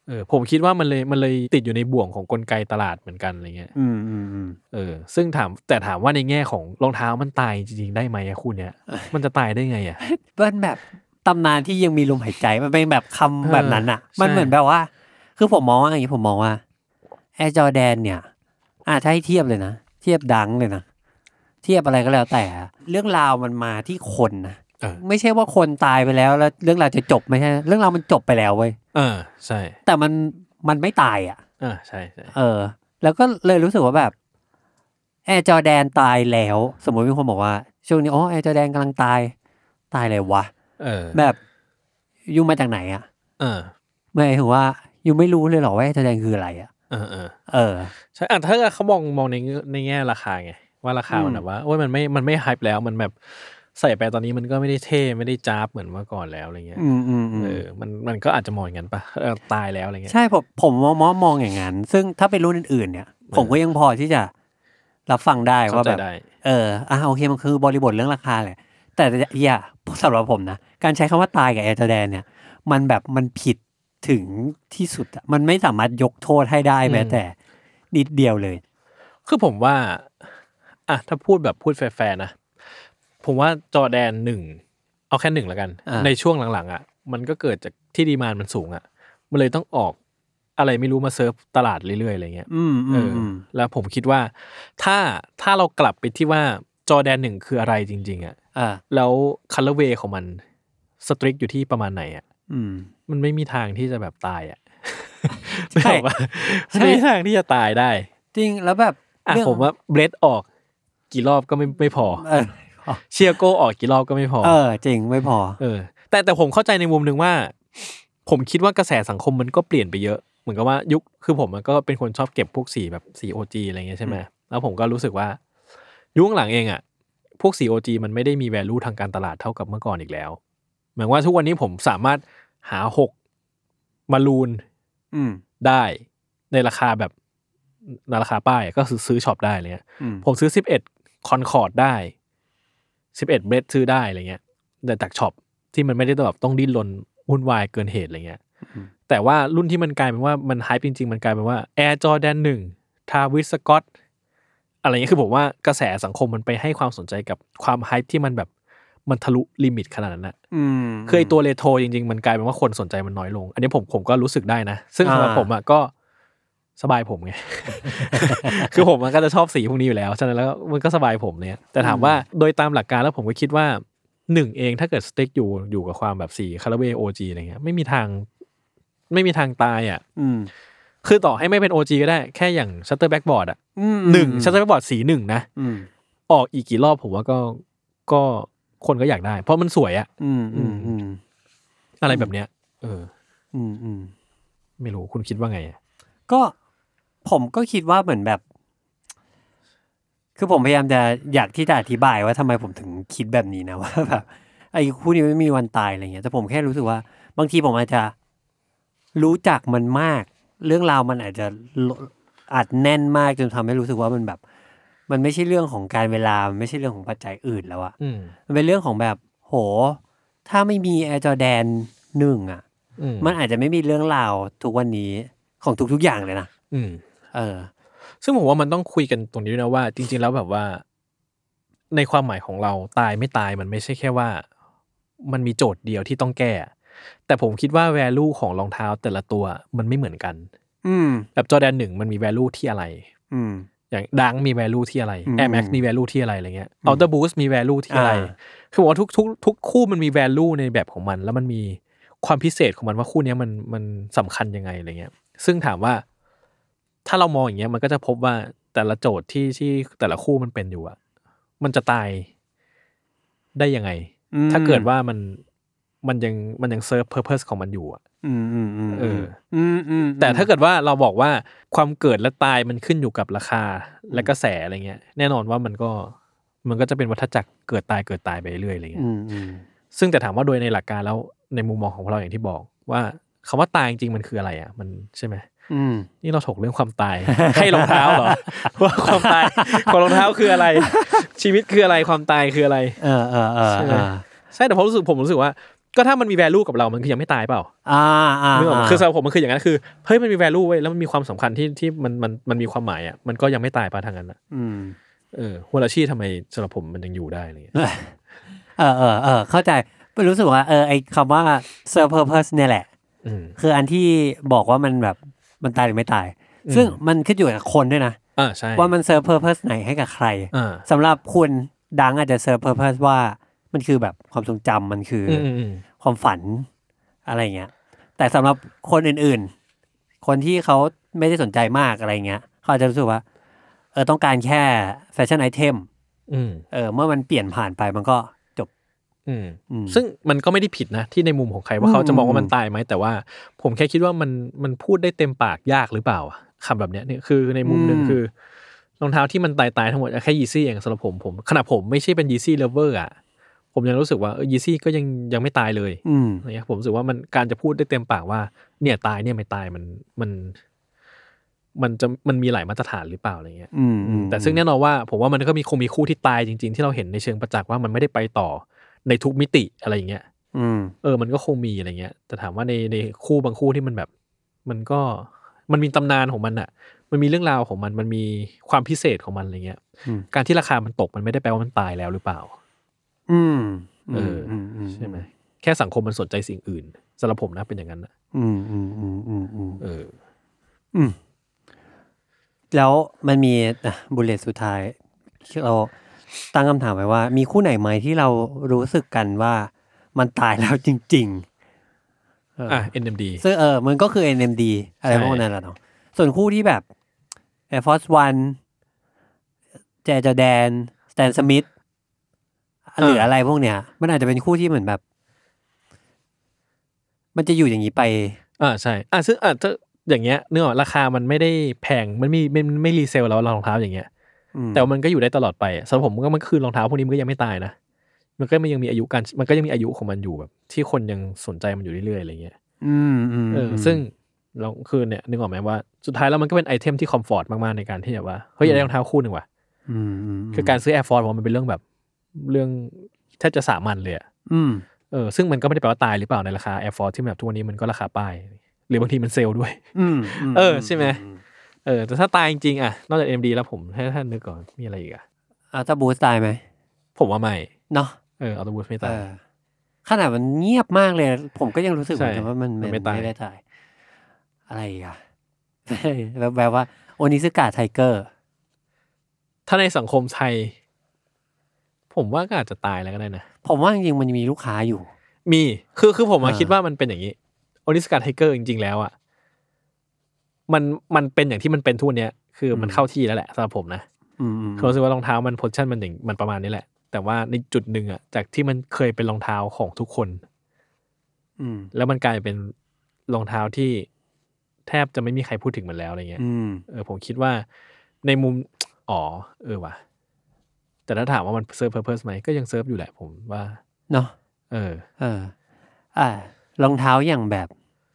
เออผมคิดว่ามันเลยมันเลยติดอยู่ในบ่วงของกลไกตลาดเหมือนกันอะไรเงี้ยอืมอืมอืมเออซึ่งถามแต่ถามว่าในแง่ของรองเท้ามันตายจริงๆได้ไหมอะคู่เนี้ยมันจะตายได้ไงอะเป็นแบบตำนานที่ยังมีลมหายใจมันเป็นแบบคำแบบนั้นอ่ะมันเหมือนแบบว่าคือผมมองว่าอย่างนี้ผมมองว่าแอร์จอร์แดนเนี่ยอ่ะถ้าให้เทียบเลยนะเทียบดังเลยนะเทียบอะไรก็แล้วแต่เรื่องราวมันมาที่คนนะไม่ใช่ว่าคนตายไปแล้วแล้วเรื่องราวจะจบไม่ใช่เรื่องราวมันจบไปแล้วเว้ยเออใช่แต่มันมันไม่ตายอ่ะอ่าใช่ใช่เออแล้วก็เลยรู้สึกว่าแบบแอร์จอร์แดนตายแล้วสมมติมีคนบอกว่าช่วงนี้อ๋อแอร์จอร์แดนกำลังตายตายเลยวะเออแบบยูมาจากไหนอ่ะเออหมายถึงว่ายูไม่รู้เลยหรอว่าแอร์จอร์แดนคืออะไรอ่ะเออเออเออใช่อ่ะถ้าเขามองมองในในแง่ราคาไงว่าราคามันแบบว่าโอ้ยมันไม่มันไม่ไฮป์แล้วมันแบบใส่ไปตอนนี้มันก็ไม่ได้เท่ไม่ได้จ้าบเหมือนเมื่อก่อนแล้วอะไรเงี้ยเออมันมันก็อาจจะมองอย่างนั้นปะตายแล้วอะไรเงี้ยใช่ผมผมมองมองอย่างนั้นซึ่งถ้าเป็นรุ่นอื่นๆเนี่ยผมก็ยังพอที่จะรับฟังได้ว่าแบบเอออ่ะโอเคมันคือบริบทเรื่องราคาแหละแต่อย่าสำหรับผมนะการใช้คำว่าตายกับแอร์จอร์แดนเนี่ยมันแบบมันผิดถึงที่สุดอ่ะมันไม่สามารถยกโทษให้ได้แม้แต่นิดเดียวเลยคือผมว่าอ่ะถ้าพูดแบบพูดแฟร์ๆนะผมว่าจอร์แดนหนึ่งเอาแค่หนึ่งแล้วกันในช่วงหลังๆอ่ะมันก็เกิดจากที่ดีมานด์มันสูงอ่ะมันเลยต้องออกอะไรไม่รู้มาเซิร์ฟตลาดเรื่อยๆอะไรเงี้ยเออแล้วผมคิดว่าถ้าถ้าเรากลับไปที่ว่าจอร์แดนหนึ่งคืออะไรจริงๆอ่ะแล้วคัลเลอร์เวย์ของมันสตริกอยู่ที่ประมาณไหนอ่ะมันไม่มีทางที่จะแบบตายอ่ะใช่ป่ะไม่มีทางที่จะตายได้จริงแล้วแบบอ่ะผมว่าเบรดออกกี่รอบก็ไม่ไม่พอเชียโก้ออกกี่รอบก็ไม่พอเออจริงไม่พอเออแต่แต่ผมเข้าใจในมุมนึงว่าผมคิดว่ากระแสสังคมมันก็เปลี่ยนไปเยอะเหมือนกับว่ายุคคือผมมันก็เป็นคนชอบเก็บพวกสีแบบสี โอ จี อะไรเงี้ยใช่ไหมแล้วผมก็รู้สึกว่ายุคหลังเองอ่ะพวกสี โอ จี มันไม่ได้มี value ทางการตลาดเท่ากับเมื่อก่อนอีกแล้วเหมือนว่าทุกวันนี้ผมสามารถหาหกมารูนได้ในราคาแบบในราคาป้ายก็คือซื้อช็อปได้อะไรเงี้ยผมซื้อสิบเอ็ดคอนคอร์ดได้สิบเอ็ดเบรดซื้อได้อะไรเงี้ยแต่จากช็อปที่มันไม่ได้แบบต้องดิ้นรนวุ่นวายเกินเหตุอะไรเงี้ยแต่ว่ารุ่นที่มันกลายเป็นว่ามันไฮป์จริงๆมันกลายเป็นว่า Air Jordan หนึ่ง Travis Scott อะไรเงี้ยคือผมว่ากระแสสังคมมันไปให้ความสนใจกับความไฮป์ที่มันแบบมันทะลุลิมิตขนาดนั้นนะคือไอตัวเรโทรจริงๆมันกลายเป็นว่าคนสนใจมันน้อยลงอันนี้ผมผมก็รู้สึกได้นะซึ่งสำหรับผมอ่ะก็สบายผมไง คือผมมันก็จะชอบสีพวกนี้อยู่แล้วฉะนั้นแล้วมันก็สบายผมเนี่ยแต่ถามว่าโดยตามหลักการแล้วผมก็คิดว่าหนึ่งเองถ้าเกิดสเต็กอยู่อยู่กับความแบบสีคาราเบโอจีอะไรเงี้ยไม่มีทางไม่มีทางตายอ่ะคือต่อให้ไม่เป็น โอ จี ก็ได้แค่อย่างชัตเตอร์แบ็กบอร์ดอ่ะหนึ่งชัตเตอร์แบ็กบอร์ดสีหนึ่งนะออกอีกกี่รอบผมว่าก็ก็คนก็อยากได้เพราะมันสวยอ่ะอะไรแบบเนี้ยเออไม่รู้คุณคิดว่าไงก็ผมก็คิดว่าเหมือนแบบคือผมพยายามจะอยากที่จะอธิบายว่าทำไมผมถึงคิดแบบนี้นะว่าแบบไอ้คู่นี้ไม่มีวันตายอะไรเงี้ยแต่ผมแค่รู้สึกว่าบางทีผมอาจจะรู้จักมันมากเรื่องราวมันอาจจะอัดแน่นมากจนทำให้รู้สึกว่ามันแบบมันไม่ใช่เรื่องของการเวลามันไม่ใช่เรื่องของปัจจัยอื่นแล้วอะมันเป็นเรื่องของแบบโหถ้าไม่มีแอร์จอร์แดนหนึ่งอะมันอาจจะไม่มีเรื่องราวทุกวันนี้ของทุกๆอย่างเลยนะเออซึ่งผมว่ามันต้องคุยกันตรงนี้ด้วยนะว่าจริงๆแล้วแบบว่าในความหมายของเราตายไม่ตายมันไม่ใช่แค่ว่ามันมีโจทย์เดียวที่ต้องแก้แต่ผมคิดว่า value ของรองเท้าแต่ละตัวมันไม่เหมือนกันแบบจอร์แดนหนึ่งมันมี value ที่อะไรอย่างดังมี value ที่อะไร Air Max มี value ที่อะไรอะไรเงี้ย Ultra Boost มี value ที่อะไรคือผมว่าทุกทุกทุกคู่มันมี value ในแบบของมันแล้วมันมีความพิเศษของมันว่าคู่นี้มันมันสำคัญยังไงอะไรเงี้ยซึ่งถามว่าถ้าเรามองอย่างเงี้ยมันก็จะพบว่าแต่ละโจทย์ที่ที่แต่ละคู่มันเป็นอยู่อ่ะมันจะตายได้ยังไงถ้าเกิดว่ามันมันยังมันยังเซิร์ฟเพอร์เพสของมันอยู่อ่ะเออแต่ถ้าเกิดว่าเราบอกว่าความเกิดและตายมันขึ้นอยู่กับราคาและกระแสอะไรเงี้ยแน่นอนว่ามันก็มันก็จะเป็นวัฏจักรเกิดตายเกิดตายไปเรื่อยๆอะไรเงี้ยซึ่งแต่ถามว่าโดยในหลักการแล้วในมุมมองของเราอย่างที่บอกว่าคำว่าตายจริงๆมันคืออะไรอ่ะมันใช่ไหมนี่เราถกเรื่องความตายให้รองเท้าเหรอว่าความตายของรองเท้าคืออะไรชีวิตคืออะไรความตายคืออะไรเออเออเออใช่แต่ผมรู้สึกผมรู้สึกว่าก็ถ้ามันมี value กับเรามันคือยังไม่ตายเปล่าอ่าอ่าคือสำหรับผมมันคืออย่างนั้นคือเฮ้ยมันมี value เว้ยแล้วมันมีความสำคัญที่ที่มันมันมันมีความหมายอ่ะมันก็ยังไม่ตายป่ะทางนั้นอ่ะอืมเออหัวราชีทำไมสำหรับผมมันยังอยู่ได้อะไรเงี้ยเออเออเออเข้าใจรู้สึกว่าเออไอคำว่า serve purpose เนี่ยแหละคืออันที่บอกว่ามันแบบมันตายหรือไม่ตายซึ่งมันขึ้นอยู่กับคนด้วยนะอ่าใช่ว่ามัน serve purpose ไหนให้กับใครสำหรับคุณดังอาจจะ serve purpose ว่ามันคือแบบความทรงจำมันคือความฝันอะไรเงี้ยแต่สำหรับคนอื่นๆคนที่เขาไม่ได้สนใจมากอะไรเงี้ยเขาอาจจะรู้สึกว่าเออต้องการแค่แฟชั่นไอเทมเออเมื่อมันเปลี่ยนผ่านไปมันก็จบซึ่งมันก็ไม่ได้ผิดนะที่ในมุมของใครว่าเขาจะมองว่ามันตายไหมแต่ว่าผมแค่คิดว่ามันมันพูดได้เต็มปากยากหรือเปล่าคำแบบเนี้ยเนี่ยคือในมุมหนึ่งคือรองเท้าที่มันตายๆทั้งหมดแค่ Yeezy เองสำหรับผมผมขนาดผมไม่ใช่เป็น Yeezy lover อ่ะผมยังรู้สึกว่าเออ Yeezy ก็ยังยังไม่ตายเลยอะไรเงี้ยผมรู้สึกว่ามันการจะพูดได้เต็มปากว่าเนี่ยตายเนี่ยไม่ตายมันมันมันจะมันมีหลายมาตรฐานหรือเปล่าอะไรเงี้ยแต่ซึ่งแน่นอนว่าผมว่ามันก็มีคงมีคู่ที่ตายจริงๆที่เราเห็นในเชิงประจักษ์ว่ามันไม่ได้ไปต่อในทุกมิติอะไรอย่างเงี้ยเออมันก็คงมีอะไรเงี้ยแต่ถามว่าในในคู่บางคู่ที่มันแบบมันก็มันมีตำนานของมันอ่ะมันมีเรื่องราวของมันมันมีความพิเศษของมันอะไรเงี้ยการที่ราคามันตกมันไม่ได้แปลว่ามันตายแล้วหรือเปล่าอืมเออใช่ไหมแค่สังคมมันสนใจสิ่งอื่นสำหรับผมนะเป็นอย่างนั้นนะอืมอืมอืมอืมอืมเอออืมแล้วมันมีบุลเลตสุดท้ายเราตั้งคำถามไว้ว่ามีคู่ไหนไหมที่เรารู้สึกกันว่ามันตายแล้วจริงๆอ่ะ เอ็น เอ็ม ดีซึ่งเออมันก็คือ เอ็น เอ็ม ดี อะไรพวกนั้นแหละเนาะส่วนคู่ที่แบบ Air Force One แจจอแดน Stan Smith หรืออะไรพวกเนี้ยมันอาจจะเป็นคู่ที่เหมือนแบบมันจะอยู่อย่างนี้ไปอ่าใช่อ่ะซึ่งอ่ะถ้าอย่างเงี้ยเนื้อราคามันไม่ได้แพงมันไม่ไม่ไม่รีเซลแล้วรองเท้าอย่างเงี้ยแต่มันก็อยู่ได้ตลอดไปสำหรับผมก็มันคือรองเท้าพวกนี้มันก็ยังไม่ตายนะมันก็ยังมีอายุการมันก็ยังมีอายุของมันอยู่แบบที่คนยังสนใจมันอยู่เรื่อยๆอะไรเงี้ยอืมอืมเออซึ่งเราคือเนี่ยนึกออกไหมว่าสุดท้ายแล้วมันก็เป็นไอเทมที่คอมฟอร์ตมากๆในการที่แบบว่าเฮ้ยอยากได้รองเท้าคู่หนึ่งว่ะคือการซื้อ Air Force มันเป็นเรื่องแบบเรื่องแทบจะสามัญเลยอ่ะเออซึ่งมันก็ไม่ได้แปลว่าตายหรือเปล่าในราคา Air Force ที่แบบทุกวันนี้มันก็ราคาป้ายหรือบางทีมันเซลล์ด้วยเออใช่ไหมเออแต่ถ้าตายจริงๆอ่ะนอกจาก เอ็ม ดี แล้วผมให้ท่านนึกก่อนมีอะไรอีกอ่ะอัลต้าบูสตายไหมผมว่าไม่เนาะเอออัลต้าบูสไม่ตายขนาดมันเงียบมากเลยผมก็ยังรู้สึกเหมือนกันว่ามันไม่ได้ตายอะไรอ่ะแบบแบบว่าโอนิซึกะไทเกอร์ถ้าในสังคมไทยผมว่าก็อาจจะตายแล้วก็ได้นะผมว่าจริงๆมันมีลูกค้าอยู่มีคือคือผมคิดว่ามันเป็นอย่างนี้โอนิสกาไทเกอร์จริงๆแล้วอ่ะมันมันเป็นอย่างที่มันเป็นทุกวันนี้คือมันเข้าที่แล้วแหละสำหรับผมนะเขารู้สึกว่ารองเท้ามันโพสชั่นมันอย่างมันประมาณนี้แหละแต่ว่าในจุดหนึ่งอ่ะจากที่มันเคยเป็นรองเท้าของทุกคนแล้วมันกลายเป็นรองเท้าที่แทบจะไม่มีใครพูดถึงมันแล้วอะไรเงี้ยเออผมคิดว่าในมุมอ๋อเออว่ะแต่ถ้าถามว่ามันเซิร์ฟเพอร์เพสไหมก็ยังเซิร์ฟอยู่แหละผมว่าเนาะเออเอออ่ารองเท้าอย่างแบบ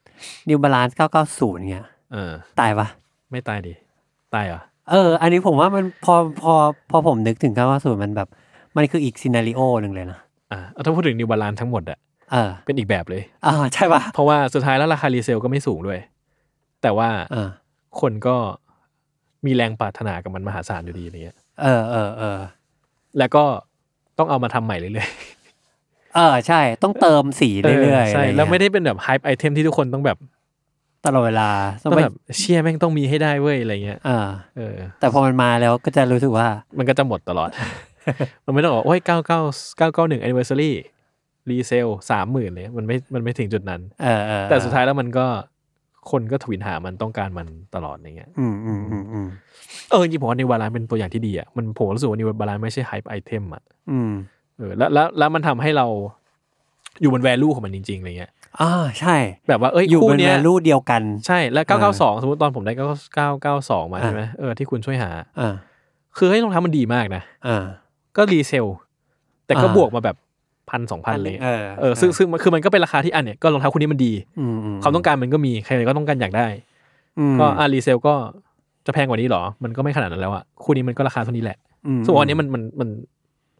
New Balance เก้าเก้าศูนย์เงี้ยเออตายปะไม่ตายดิตายเหรอเอออันนี้ผมว่ามันพอพอพอผมนึกถึงเก้าเก้าศูนย์มันแบบมันคืออีกซีนาริโอนึงเลยนะอ่าถ้าพูดถึง New Balance ทั้งหมดอ่ะเออเป็นอีกแบบเลยอ่าใช่ป่ะเพราะว่าสุดท้ายแล้วราคารีเซลก็ไม่สูงด้วยแต่ว่าคนก็มีแรงปรารถนากับมันมหาศาลอยู่ดีอะไรเงี้ยเออเออเออแล้วก็ต้องเอามาทำใหม่เรื่อยๆเออใช่ต้องเติมสีเรื่อยๆใช่แล้วไม่ได้เป็นแบบไฮป์ไอเทมที่ทุกคนต้องแบบตลอดเวลาต้องแบบเชียร์แม่งต้องมีให้ได้เว้ยอะไรเงี้ยอ่าเออแต่พอมันมาแล้วก็จะรู้สึกว่ามันก็จะหมดตลอด มันไม่ต้องบอกโอ้ยเก้าเก้าเก้าเก้าหนึ่ง anniversary รีเซล สามหมื่น เลยมันไม่มันไม่ถึงจุดนั้นเออแต่สุดท้ายแล้วมันก็คนก็ทวินหามันต้องการมันตลอดอย่างเงี้ยอืมอืมอืมอืมเออจริงๆผมว่านิวบาลานซ์เป็นตัวอย่างที่ดีอ่ะมันผมรู้สึกว่านิวบาลานซ์ไม่ใช่ไฮป์ไอเทมอ่ะอืมเออแล้วแล้วแล้วมันทำให้เราอยู่บน value ของมันจริงๆอะไรเงี้ยอ่าใช่แบบว่าเอ้ยอยู่บน value เดียวกันใช่แล้วเก้าเก้าสองสมมติตอนผมได้เก้าเก้าเก้าสองมาใช่ไหมเออที่คุณช่วยหาอ่าคือให้รองเท้ามันดีมากนะอ่าก็รีเซลแต่ก็บวกมาแบบพันสองพันเลยเออเออซึ่งซึ่งคือมันก็เป็นราคาที่อันเนี้ยก็รองเท้าคู่นี้มันดีความต้องการมันก็มีใครก็ต้องการอยากได้ก็อ่ารีเซลก็จะแพงกว่านี้หรอมันก็ไม่ขนาดนั้นแล้วอ่ะคู่นี้มันก็ราคาเท่านี้แหละส่วนอันนี้มันมันมัน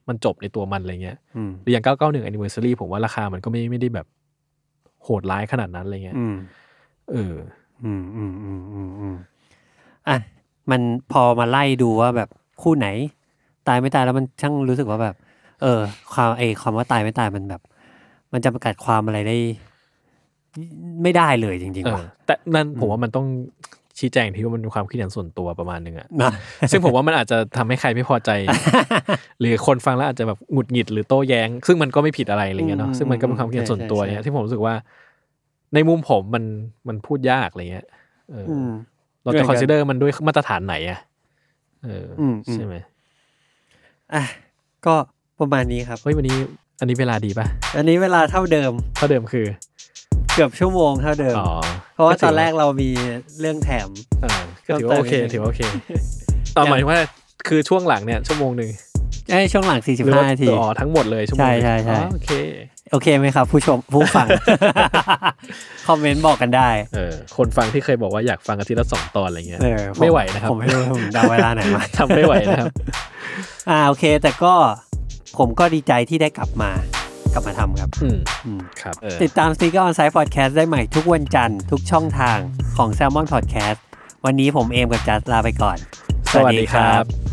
มันจบในตัวมันอะไรเงี้ยหรืออย่างเก้าเก้าหนึ่ง anniversary ผมว่าราคามันก็ไม่ไม่ได้แบบโหดร้ายขนาดนั้นอะไรเงี้ยเอออืมอืมอืมอืมอืมอ่ะมันพอมาไล่ดูว่าแบบคู่ไหนตายไม่ตายแล้วมันช่างรู้สึกว่าแบบเออความไอ้ความว่าตายไม่ตายมันแบบมันจะประกาศความอะไรได้ไม่ได้เลยจริงๆว่ะแต่นั่นผมว่ามันต้องชี้แจงที่ว่ามันเป็นความคิดเห็นส่วนตัวประมาณนึงอ่ะซึ่งผมว่ามันอาจจะทำให้ใครไม่พอใจ หรือคนฟังแล้วอาจจะแบบหงุดหงิดหรือโต้แย้งซึ่งมันก็ไม่ผิดอะไรอะไรเงี้ยเนาะซึ่งมันก็เป็นความคิดเห็นส่วนตัวเนี่ยที่ผมรู้สึกว่าในมุมผมมันมันพูดยากอะไรเงี้ยเออเราจะ consider มันด้วยมาตรฐานไหนอ่ะเออใช่ไหมอ่ะก็ประมาณนี้ครับเฮ้ยวันนี้อันนี้เวลาดีป่ะอันนี้เวลาเท่าเดิมเท่าเดิมคือเกือบชั่วโมงเท่าเดิมเพราะว่าตอนแรกเรามีเรื่องแถมอ่าก็ถือว่าโอเคถือว่าโอเคตอนหมายว่าคือช่วงหลังเนี่ยชั่วโมงนึงไอ้ช่วงหลังสี่สิบห้านาทีอ๋อทั้งหมดเลยชั่วโมงใช่ๆๆโอเคโอเคมั้ยครับผู้ชมผู้ฟังคอมเมนต์บอกกันได้เออคนฟังที่เคยบอกว่าอยากฟังอาทิตย์ละสองตอนอะไรเงี้ยไม่ไหวนะครับผมไม่รู้ผมเดาเวลาไหนมาทำไม่ไหวนะครับอ่าโอเคแต่ก็ผมก็ดีใจที่ได้กลับมากลับมาทำครับอืมครับติดตาม Sneaker On Site Podcast ได้ใหม่ทุกวันจันทร์ทุกช่องทางของ Salmon Podcast วันนี้ผมเอมกับจัสลาไปก่อนสวัสดีครับ